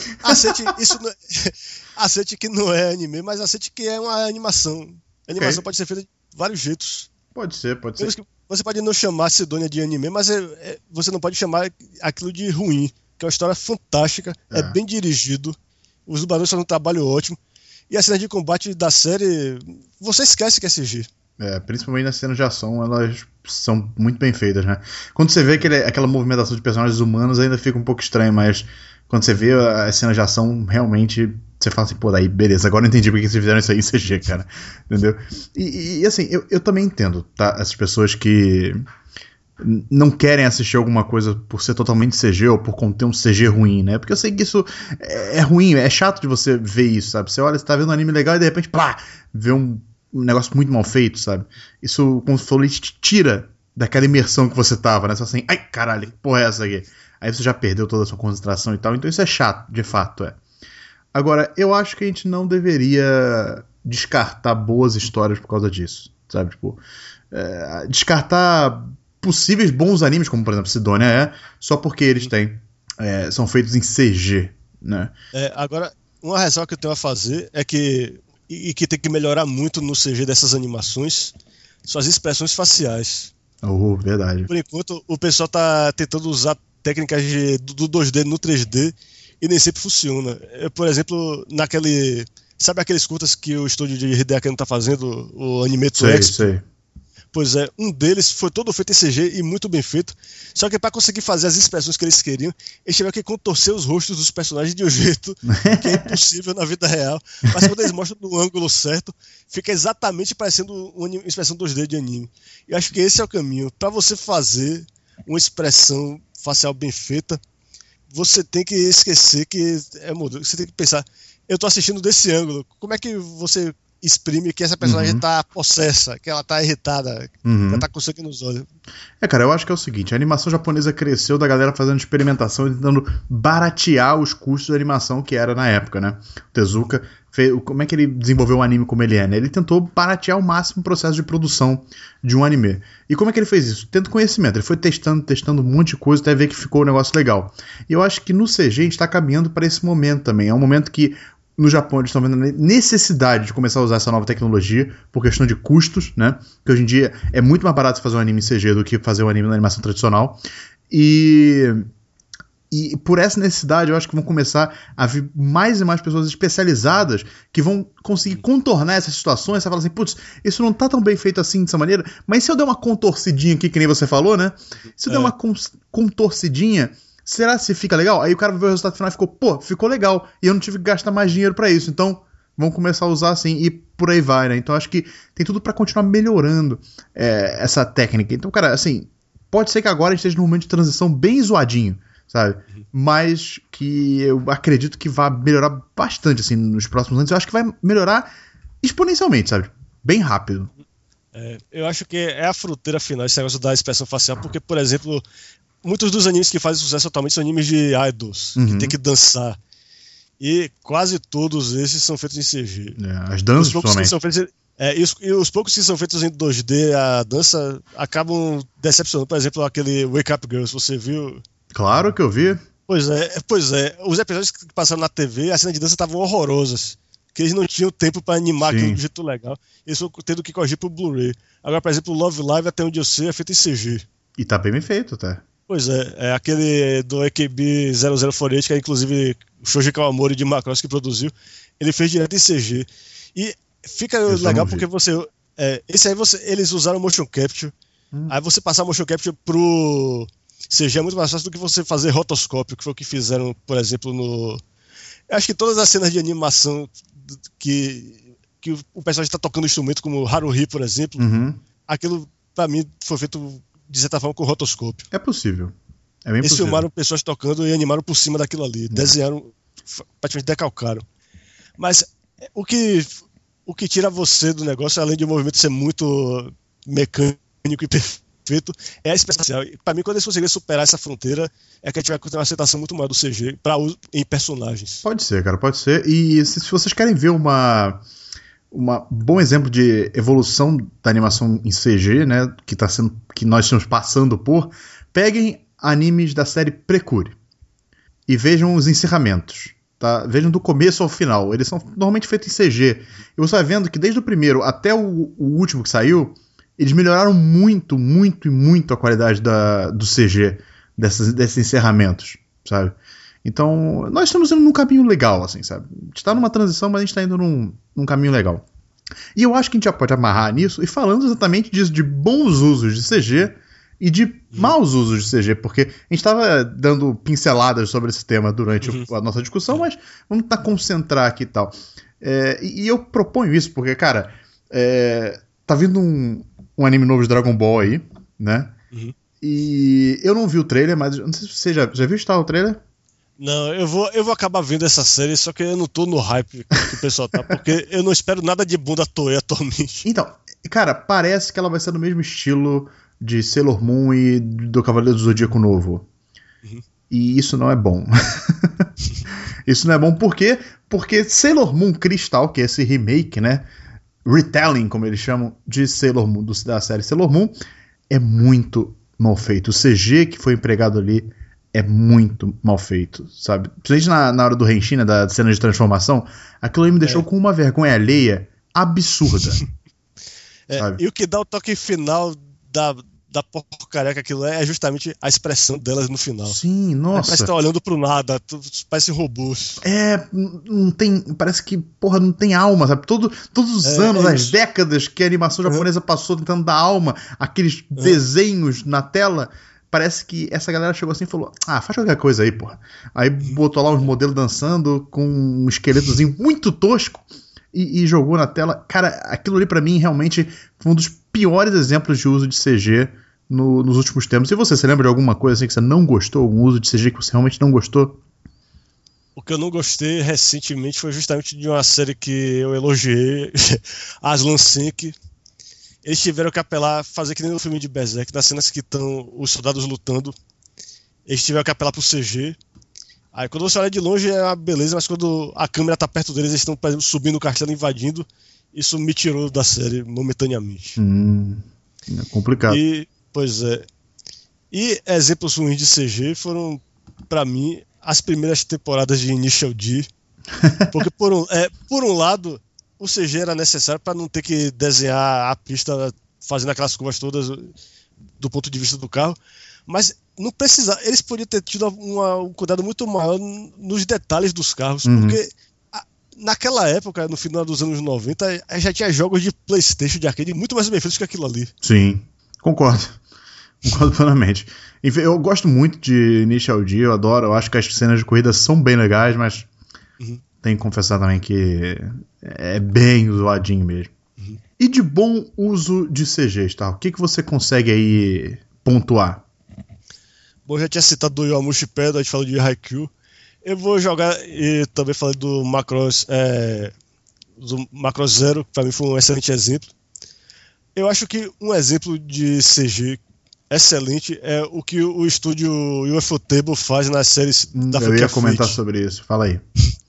aceite que não é anime, mas aceite que é uma animação. A animação pode ser feita de vários jeitos. Pode ser. Você pode não chamar Sidonia de anime, mas você não pode chamar aquilo de ruim, que é uma história fantástica, é bem dirigido, os dubladores fazem um trabalho ótimo, e as cenas de combate da série, você esquece que é CG. Principalmente nas cenas de ação, elas são muito bem feitas, né? Quando você vê aquela movimentação de personagens humanos, ainda fica um pouco estranho, mas quando você vê as cenas de ação, realmente você fala assim, pô, daí beleza, agora eu entendi porque vocês fizeram isso aí em CG, cara. Entendeu? E assim, eu também entendo, tá? Essas pessoas que não querem assistir alguma coisa por ser totalmente CG ou por conter um CG ruim, né? Porque eu sei que isso é ruim, é chato de você ver isso, sabe? Você olha, você tá vendo um anime legal e de repente, pá, vê um negócio muito mal feito, sabe? Isso, como você falou, te tira daquela imersão que você tava, né? Você assim, ai, caralho, que porra é essa aqui? Aí você já perdeu toda a sua concentração e tal, então isso é chato, de fato, Agora, eu acho que a gente não deveria descartar boas histórias por causa disso, sabe? Tipo, descartar possíveis bons animes, como por exemplo Sidonia só porque eles são feitos em CG, né? Agora, uma ressalva que eu tenho a fazer é que tem que melhorar muito no CG dessas animações são as expressões faciais. Verdade. Por enquanto, o pessoal tá tentando usar técnicas do 2D no 3D e nem sempre funciona. Por exemplo, sabe aqueles curtas que o estúdio de Hideaki Anno tá fazendo, o Animetsu Expo? Sei. Pois é, um deles foi todo feito em CG e muito bem feito, só que para conseguir fazer as expressões que eles queriam, eles tiveram que contorcer os rostos dos personagens de um jeito que é impossível na vida real, mas quando eles mostram no ângulo certo, fica exatamente parecendo uma expressão 2D de anime. E acho que esse é o caminho. Para você fazer uma expressão facial bem feita, você tem que esquecer que você tem que pensar, eu tô assistindo desse ângulo, como é que você exprime que essa personagem tá possessa, que ela tá irritada, que ela tá com sangue nos olhos. Cara, eu acho que é o seguinte, a animação japonesa cresceu da galera fazendo experimentação e tentando baratear os custos da animação que era na época, né? O Tezuka como é que ele desenvolveu um anime como ele é, né? Ele tentou baratear ao máximo o processo de produção de um anime. E como é que ele fez isso? Tendo conhecimento. Ele foi testando um monte de coisa até ver que ficou um negócio legal. E eu acho que no CG a gente tá caminhando para esse momento também. É um momento que no Japão eles estão vendo a necessidade de começar a usar essa nova tecnologia por questão de custos, né? Porque hoje em dia é muito mais barato fazer um anime em CG do que fazer um anime na animação tradicional. E por essa necessidade eu acho que vão começar a vir mais e mais pessoas especializadas que vão conseguir contornar essas situações. Você fala assim, putz, isso não tá tão bem feito assim, dessa maneira, mas se eu der uma contorcidinha aqui, que nem você falou, né? Se eu der uma contorcidinha, será que fica legal? Aí o cara vai ver o resultado final e ficou, pô, ficou legal, e eu não tive que gastar mais dinheiro pra isso, então vamos começar a usar assim, e por aí vai, né? Então acho que tem tudo pra continuar melhorando essa técnica. Então, cara, assim, pode ser que agora a gente esteja num momento de transição bem zoadinho, sabe? Mas que eu acredito que vai melhorar bastante, assim, nos próximos anos. Eu acho que vai melhorar exponencialmente, sabe? Bem rápido. Eu acho que é a fronteira final esse negócio da expressão facial, porque, por exemplo, muitos dos animes que fazem sucesso atualmente são animes de idols, que tem que dançar. E quase todos esses são feitos em CG. As danças, principalmente. E os poucos que são feitos em 2D, a dança, acabam decepcionando. Por exemplo, aquele Wake Up Girls, você viu? Claro que eu vi. Pois é. Os episódios que passaram na TV, as cenas de dança estavam horrorosas. Que eles não tinham tempo pra animar aquilo do jeito legal. Eles estão tendo que corrigir pro Blu-ray. Agora, por exemplo, o Love Live, até onde eu sei, é feito em CG. E tá bem feito, tá? Pois é aquele do AKB 0048, que é inclusive o Shoji Kawamori de Macross que produziu. Ele fez direto em CG. E fica legal porque esse aí eles usaram motion capture. Aí você passar motion capture pro CG é muito mais fácil do que você fazer rotoscópio, que foi o que fizeram, por exemplo, no... Eu acho que todas as cenas de animação que o personagem está tocando instrumento, como Haruhi, por exemplo, aquilo, pra mim, foi feito, de certa forma, com rotoscópio. É possível. É bem Eles possível. filmaram pessoas tocando e animaram por cima daquilo ali. Desenharam, praticamente decalcaram. Mas o que tira você do negócio, além de o movimento ser muito mecânico e perfeito, é a expressão facial. Para mim, quando eles conseguirem superar essa fronteira, é que a gente vai ter uma aceitação muito maior do CG para uso em personagens. Pode ser, cara, pode ser. E se vocês querem ver um bom exemplo de evolução da animação em CG, né, que nós estamos passando por, peguem animes da série Precure e vejam os encerramentos. Tá? Vejam do começo ao final. Eles são normalmente feitos em CG. E você vai vendo que desde o primeiro até o último que saiu, eles melhoraram muito, muito e muito a qualidade do CG desses encerramentos, sabe? Então, nós estamos indo num caminho legal, assim, sabe? A gente está numa transição, mas a gente está indo num caminho legal. E eu acho que a gente já pode amarrar nisso e falando exatamente disso, de bons usos de CG e de maus usos de CG, porque a gente estava dando pinceladas sobre esse tema durante a nossa discussão, mas vamos tentar concentrar aqui e tal. E eu proponho isso porque, cara, tá vindo um anime novo de Dragon Ball aí, né? E eu não vi o trailer, mas não sei se você já viu o trailer? Não, eu vou acabar vendo essa série, só que eu não tô no hype que o pessoal tá, porque eu não espero nada de bunda Toei atualmente. Então, cara, parece que ela vai ser do mesmo estilo de Sailor Moon e do Cavaleiro do Zodíaco Novo. E isso não é bom. Isso não é bom porque Sailor Moon Crystal, que é esse remake, né? Retelling, como eles chamam, de Sailor Moon, da série Sailor Moon, é muito mal feito. O CG que foi empregado ali é muito mal feito, sabe? Principalmente na hora do Henshin, né, da cena de transformação, aquilo aí me deixou com uma vergonha alheia absurda. E o que dá o toque final da porcaria que aquilo é justamente a expressão delas no final. Sim, nossa. Parece que tá olhando pro nada, parece robôs. Não tem, parece que, porra, não tem alma, sabe? Todos os anos, as décadas que a animação japonesa passou tentando dar alma, aqueles desenhos na tela, parece que essa galera chegou assim e falou, faz qualquer coisa aí, porra. Aí botou lá uns modelos dançando com um esqueletozinho muito tosco e jogou na tela. Cara, aquilo ali pra mim realmente foi um dos piores exemplos de uso de CG nos últimos tempos. E você lembra de alguma coisa assim que você não gostou? Algum uso de CG que você realmente não gostou? O que eu não gostei recentemente foi justamente de uma série que eu elogiei, Aslan Sink. Eles tiveram que fazer que nem no filme de Berserk, nas cenas que estão os soldados lutando, eles tiveram que apelar pro CG. Aí quando você olha de longe é uma beleza, mas quando a câmera tá perto deles, eles estão, por exemplo, subindo o castelo, invadindo. Isso me tirou da série momentaneamente. É complicado. Pois é. E exemplos ruins de CG foram, pra mim, as primeiras temporadas de Initial D. Porque, por um lado, o CG era necessário para não ter que desenhar a pista fazendo aquelas curvas todas do ponto de vista do carro. Mas não precisava. Eles podiam ter tido um cuidado muito maior nos detalhes dos carros. Porque naquela época, no final dos anos 90, já tinha jogos de PlayStation, de arcade, muito mais bem feitos que aquilo ali. Sim, concordo plenamente. Eu gosto muito de Initial D, eu adoro, eu acho que as cenas de corrida são bem legais, mas tenho que confessar também que é bem zoadinho mesmo. E de bom uso de CG, tá? O que você consegue aí pontuar? Bom, eu já tinha citado do Yowamushi Pedal, a gente falou de Haikyuu. Eu vou jogar, e também falei do Macross Zero, que pra mim foi um excelente exemplo. Eu acho que um exemplo de CG excelente é o que o estúdio Ufotable faz nas séries da franquia. Eu ia comentar sobre isso, fala aí.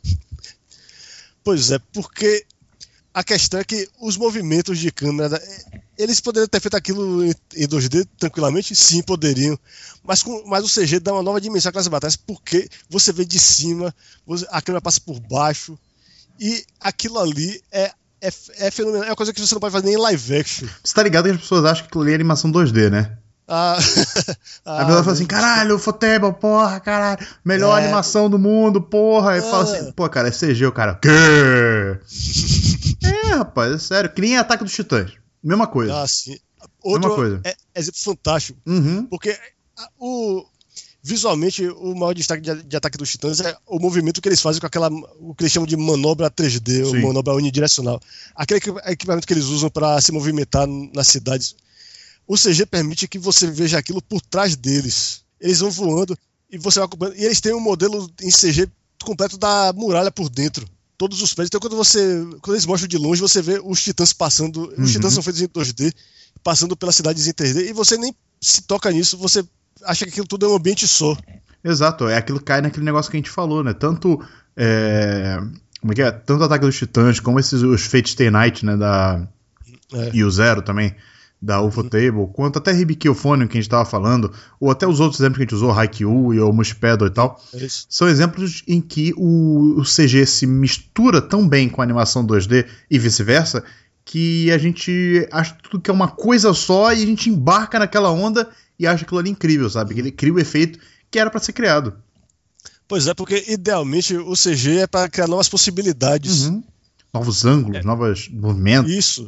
Pois é, porque a questão é que os movimentos de câmera, eles poderiam ter feito aquilo em 2D tranquilamente? Sim, poderiam. Mas o CG dá uma nova dimensão àquelas batalhas, porque você vê de cima, a câmera passa por baixo, e aquilo ali é fenomenal. É uma coisa que você não pode fazer nem em live action. Você tá ligado que as pessoas acham que aquilo ali é animação 2D, né? A pessoa fala assim, caralho, Ufotable, porra, caralho, melhor animação do mundo, porra. E fala assim, pô, cara, é CG, o cara, quê? Rapaz, é sério, que nem Ataque dos Titãs, mesma coisa. Sim. Mesma coisa. Exemplo fantástico, porque visualmente o maior destaque de Ataque dos Titãs é o movimento que eles fazem com o que eles chamam de manobra 3D, ou manobra unidirecional. Aquele equipamento que eles usam para se movimentar nas cidades. O CG permite que você veja aquilo por trás deles. Eles vão voando e você vai acompanhando. E eles têm um modelo em CG completo da muralha por dentro. Todos os prédios. Então quando eles mostram de longe, você vê os titãs passando. Os titãs são feitos em 2D, passando pelas cidades em 3D. E você nem se toca nisso, você acha que aquilo tudo é um ambiente só. Exato, aquilo cai naquele negócio que a gente falou, né? Tanto tanto o Ataque dos Titãs, como os Fate Stay Night, né? E o Zero também, da Ufotable, quanto até Hibiki Euphonium, que a gente estava falando, ou até os outros exemplos que a gente usou, Haikyuu e o Mushpedo e tal, são exemplos em que o CG se mistura tão bem com a animação 2D e vice-versa, que a gente acha tudo que é uma coisa só e a gente embarca naquela onda e acha aquilo ali incrível, sabe? Que ele cria o efeito que era para ser criado. Pois é, porque idealmente o CG é para criar novas possibilidades. Novos ângulos, novos movimentos. Isso,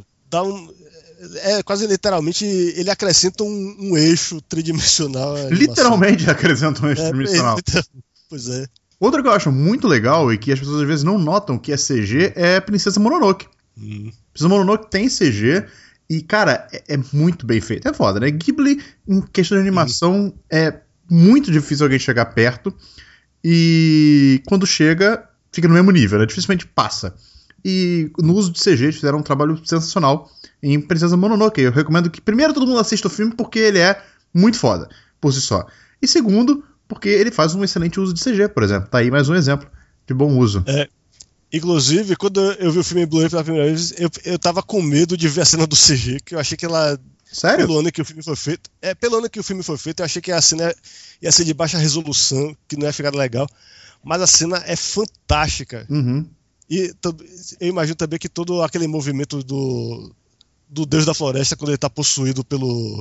quase literalmente, ele acrescenta um eixo tridimensional. Literalmente acrescenta um eixo tridimensional. Pois é. Outra que eu acho muito legal e que as pessoas às vezes não notam que é CG é Princesa Mononoke. Princesa Mononoke tem CG e, cara, é muito bem feito. É foda, né? Ghibli, em questão de animação, é muito difícil alguém chegar perto e quando chega, fica no mesmo nível, né? Dificilmente passa. E no uso de CG eles fizeram um trabalho sensacional em Princesa Mononoke. Eu recomendo que primeiro todo mundo assista o filme porque ele é muito foda por si só. E segundo, porque ele faz um excelente uso de CG, por exemplo. Tá aí mais um exemplo de bom uso. Inclusive, quando eu vi o filme em Blu-ray pela primeira vez, eu tava com medo de ver a cena do CG, que eu achei que ela... Sério? Pelo ano que o filme foi feito. Pelo ano que o filme foi feito, eu achei que a cena ia ser de baixa resolução, que não ia ficar legal. Mas a cena é fantástica. E eu imagino também que todo aquele movimento do Deus da Floresta, quando ele tá possuído pelo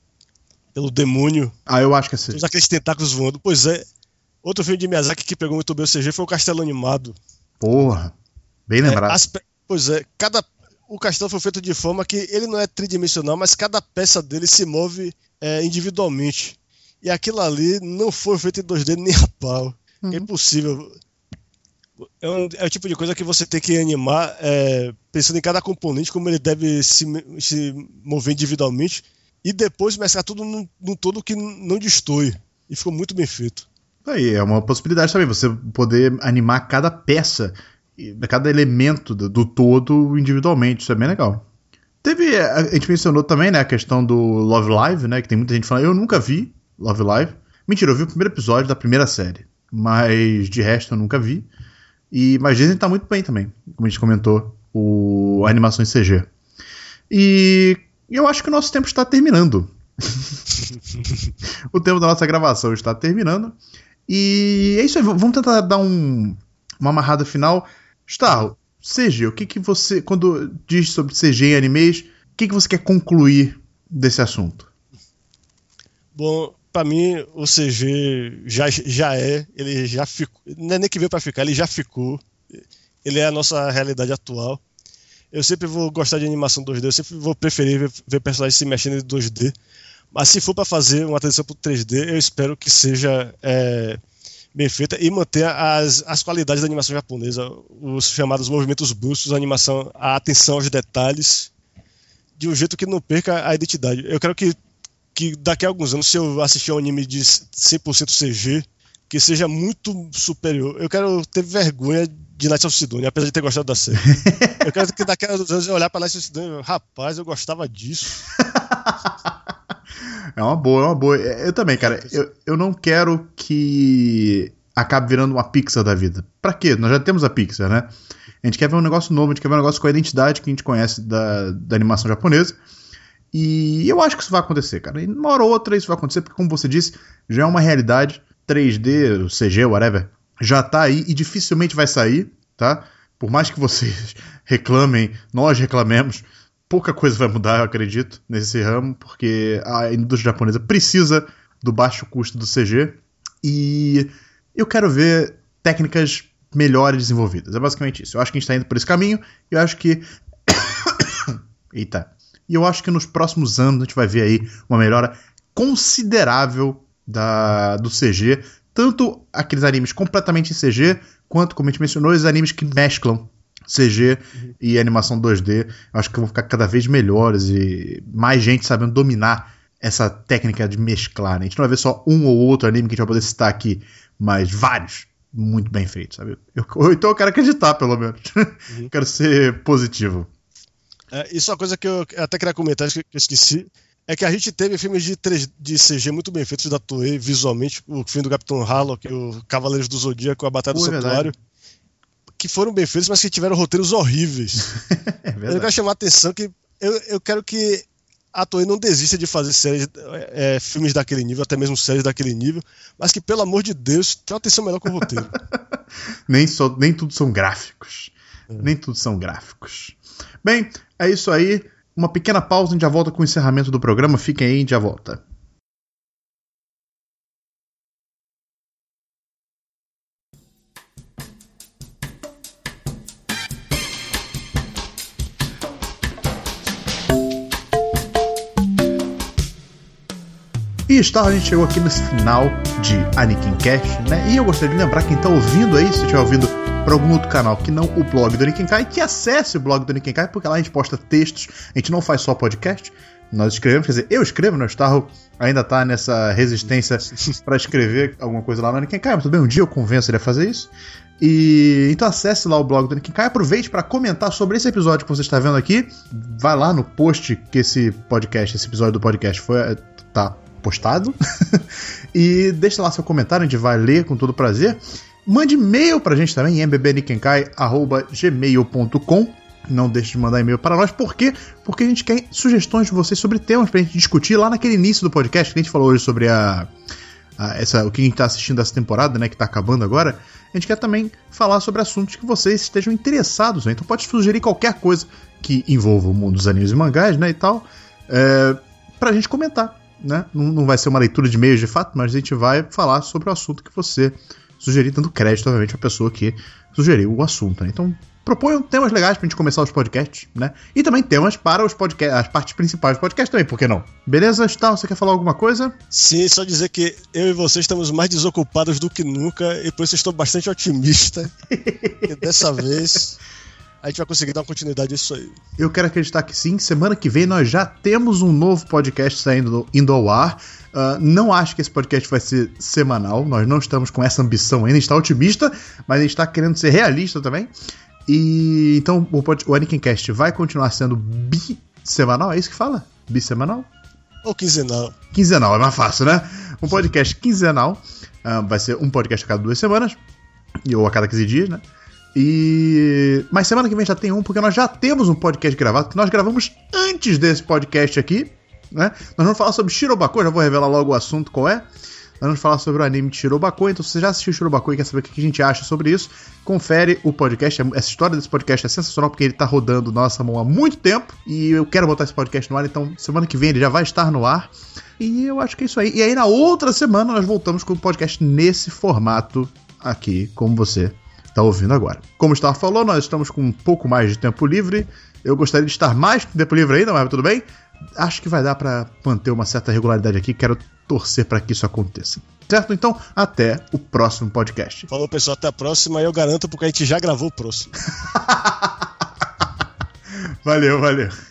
demônio. Eu acho que é assim. Todos aqueles tentáculos voando. Pois é. Outro filme de Miyazaki que pegou muito bem o CG foi o Castelo Animado. Porra. Bem lembrado. Pois é. O castelo foi feito de forma que ele não é tridimensional, mas cada peça dele se move individualmente. E aquilo ali não foi feito em 2D nem a pau. É impossível. É o tipo de coisa que você tem que animar pensando em cada componente, como ele deve se mover individualmente, e depois mesclar tudo num todo que não destoe. E ficou muito bem feito. Aí é uma possibilidade também, você poder animar cada peça, cada elemento do todo individualmente. Isso é bem legal. A gente mencionou também, né, a questão do Love Live, né, que tem muita gente falando, eu nunca vi Love Live. Mentira, eu vi o primeiro episódio da primeira série, mas de resto eu nunca vi. Mas dizem que tá muito bem também, como a gente comentou, a animação em CG. E eu acho que o nosso tempo está terminando. O tempo da nossa gravação está terminando. E é isso aí, vamos tentar dar uma amarrada final. Starro, CG, o que você, quando diz sobre CG em animes, o que você quer concluir desse assunto? Bom, pra mim o CG ele já ficou, não é nem que veio pra ficar, ele já ficou. Ele é a nossa realidade atual. Eu sempre vou gostar de animação 2D, eu sempre vou preferir ver personagens se mexendo em 2D. Mas se for para fazer uma transição para o 3D, eu espero que seja bem feita e manter as qualidades da animação japonesa, os chamados movimentos bruscos, a atenção aos detalhes, de um jeito que não perca a identidade. Eu quero que que daqui a alguns anos, se eu assistir um anime de 100% CG, que seja muito superior. Eu quero ter vergonha de Knights of Sidonia, apesar de ter gostado da série. Eu quero que daqui a alguns anos eu olhar pra Knights of Sidonia e rapaz, eu gostava disso. É uma boa. Eu também, cara. Eu não quero que acabe virando uma Pixar da vida. Pra quê? Nós já temos a Pixar, né? A gente quer ver um negócio novo, a gente quer ver um negócio com a identidade que a gente conhece da animação japonesa. E eu acho que isso vai acontecer, cara. E uma hora ou outra isso vai acontecer, porque como você disse, já é uma realidade. 3D, CG, whatever, já tá aí e dificilmente vai sair, tá? Por mais que vocês reclamem, nós reclamemos, pouca coisa vai mudar, eu acredito, nesse ramo, porque a indústria japonesa precisa do baixo custo do CG e eu quero ver técnicas melhores desenvolvidas. É basicamente isso. Eu acho que a gente tá indo por esse caminho e eu acho que... Eita. E eu acho que nos próximos anos a gente vai ver aí uma melhora considerável do CG, tanto aqueles animes completamente em CG, quanto, como a gente mencionou, os animes que mesclam CG e animação 2D. Eu acho que vão ficar cada vez melhores e mais gente sabendo dominar essa técnica de mesclar, né? A gente não vai ver só um ou outro anime que a gente vai poder citar aqui, mas vários muito bem feitos, sabe? Então eu quero acreditar, pelo menos. Quero ser positivo. Isso é uma coisa que eu até queria comentar, que eu esqueci. É que a gente teve filmes de CG muito bem feitos da Toei, visualmente, o filme do Capitão Harlock, o Cavaleiros do Zodíaco, a Batalha do Santuário, que foram bem feitos, mas que tiveram roteiros horríveis. É verdade. Eu quero chamar a atenção que eu quero que a Toei não desista de fazer filmes daquele nível, até mesmo séries daquele nível, mas que, pelo amor de Deus, tenha uma atenção melhor com o roteiro. Nem tudo são gráficos. Nem tudo são gráficos. Bem, é isso aí. Uma pequena pausa, a gente já volta com o encerramento do programa. Fiquem aí, a gente já volta. E a gente chegou aqui nesse final de Anikin Cast, né? E eu gostaria de lembrar quem está ouvindo aí, se estiver ouvindo por algum outro canal que não o blog do Anikin Kai, que acesse o blog do Anikin Kai, porque lá a gente posta textos, a gente não faz só podcast, nós escrevemos, quer dizer, eu escrevo, né? O Starro ainda tá nessa resistência para escrever alguma coisa lá no Anikin Kai, mas tudo bem, um dia eu convenço ele a fazer isso. E então acesse lá o blog do Anikin Kai, aproveite para comentar sobre esse episódio que você está vendo aqui, vai lá no post que esse episódio do podcast tá postado e deixa lá seu comentário, a gente vai ler com todo prazer. Mande e-mail pra gente também, mbbnikenkai@gmail.com. Não deixe de mandar e-mail para nós. Por quê? Porque a gente quer sugestões de vocês sobre temas pra gente discutir lá naquele início do podcast que a gente falou hoje sobre o que a gente tá assistindo essa temporada, né, que tá acabando agora. A gente quer também falar sobre assuntos que vocês estejam interessados, né? Então pode sugerir qualquer coisa que envolva o mundo dos animes e mangás, né, e tal, pra gente comentar, né? Não vai ser uma leitura de e-mails de fato, mas a gente vai falar sobre o assunto que você sugerir, dando crédito, obviamente, à pessoa que sugeriu o assunto, né? Então, proponham temas legais pra gente começar os podcasts, né? E também temas para os podcasts, as partes principais do podcast também, por que não? Beleza, Star? Você quer falar alguma coisa? Sim, só dizer que eu e você estamos mais desocupados do que nunca e por isso estou bastante otimista que dessa vez a gente vai conseguir dar uma continuidade nisso aí. Eu quero acreditar que sim. Semana que vem nós já temos um novo podcast indo ao ar. Não acho que esse podcast vai ser semanal. Nós não estamos com essa ambição ainda. A gente está otimista, mas a gente está querendo ser realista também. E então o Anikin Cast vai continuar sendo bissemanal. É isso que fala? Bissemanal? Ou quinzenal? Quinzenal, é mais fácil, né? Um podcast quinzenal. Vai ser um podcast a cada 2 semanas. Ou a cada 15 dias, né? Mas semana que vem já tem um, porque nós já temos um podcast gravado, que nós gravamos antes desse podcast aqui, né? Nós vamos falar sobre Shirobako, já vou revelar logo o assunto qual é. Nós vamos falar sobre o anime de Shirobako, então se você já assistiu Shirobako e quer saber o que a gente acha sobre isso, confere o podcast. Essa história desse podcast é sensacional, porque ele tá rodando na nossa mão há muito tempo, e eu quero botar esse podcast no ar, então semana que vem ele já vai estar no ar, e eu acho que é isso aí. E aí na outra semana nós voltamos com o podcast nesse formato aqui, como você está ouvindo agora. Como o Star falou, nós estamos com um pouco mais de tempo livre. Eu gostaria de estar mais com tempo livre ainda, mas tudo bem. Acho que vai dar para manter uma certa regularidade aqui. Quero torcer para que isso aconteça. Certo? Então, até o próximo podcast. Falou, pessoal. Até a próxima. Eu garanto, porque a gente já gravou o próximo. Valeu.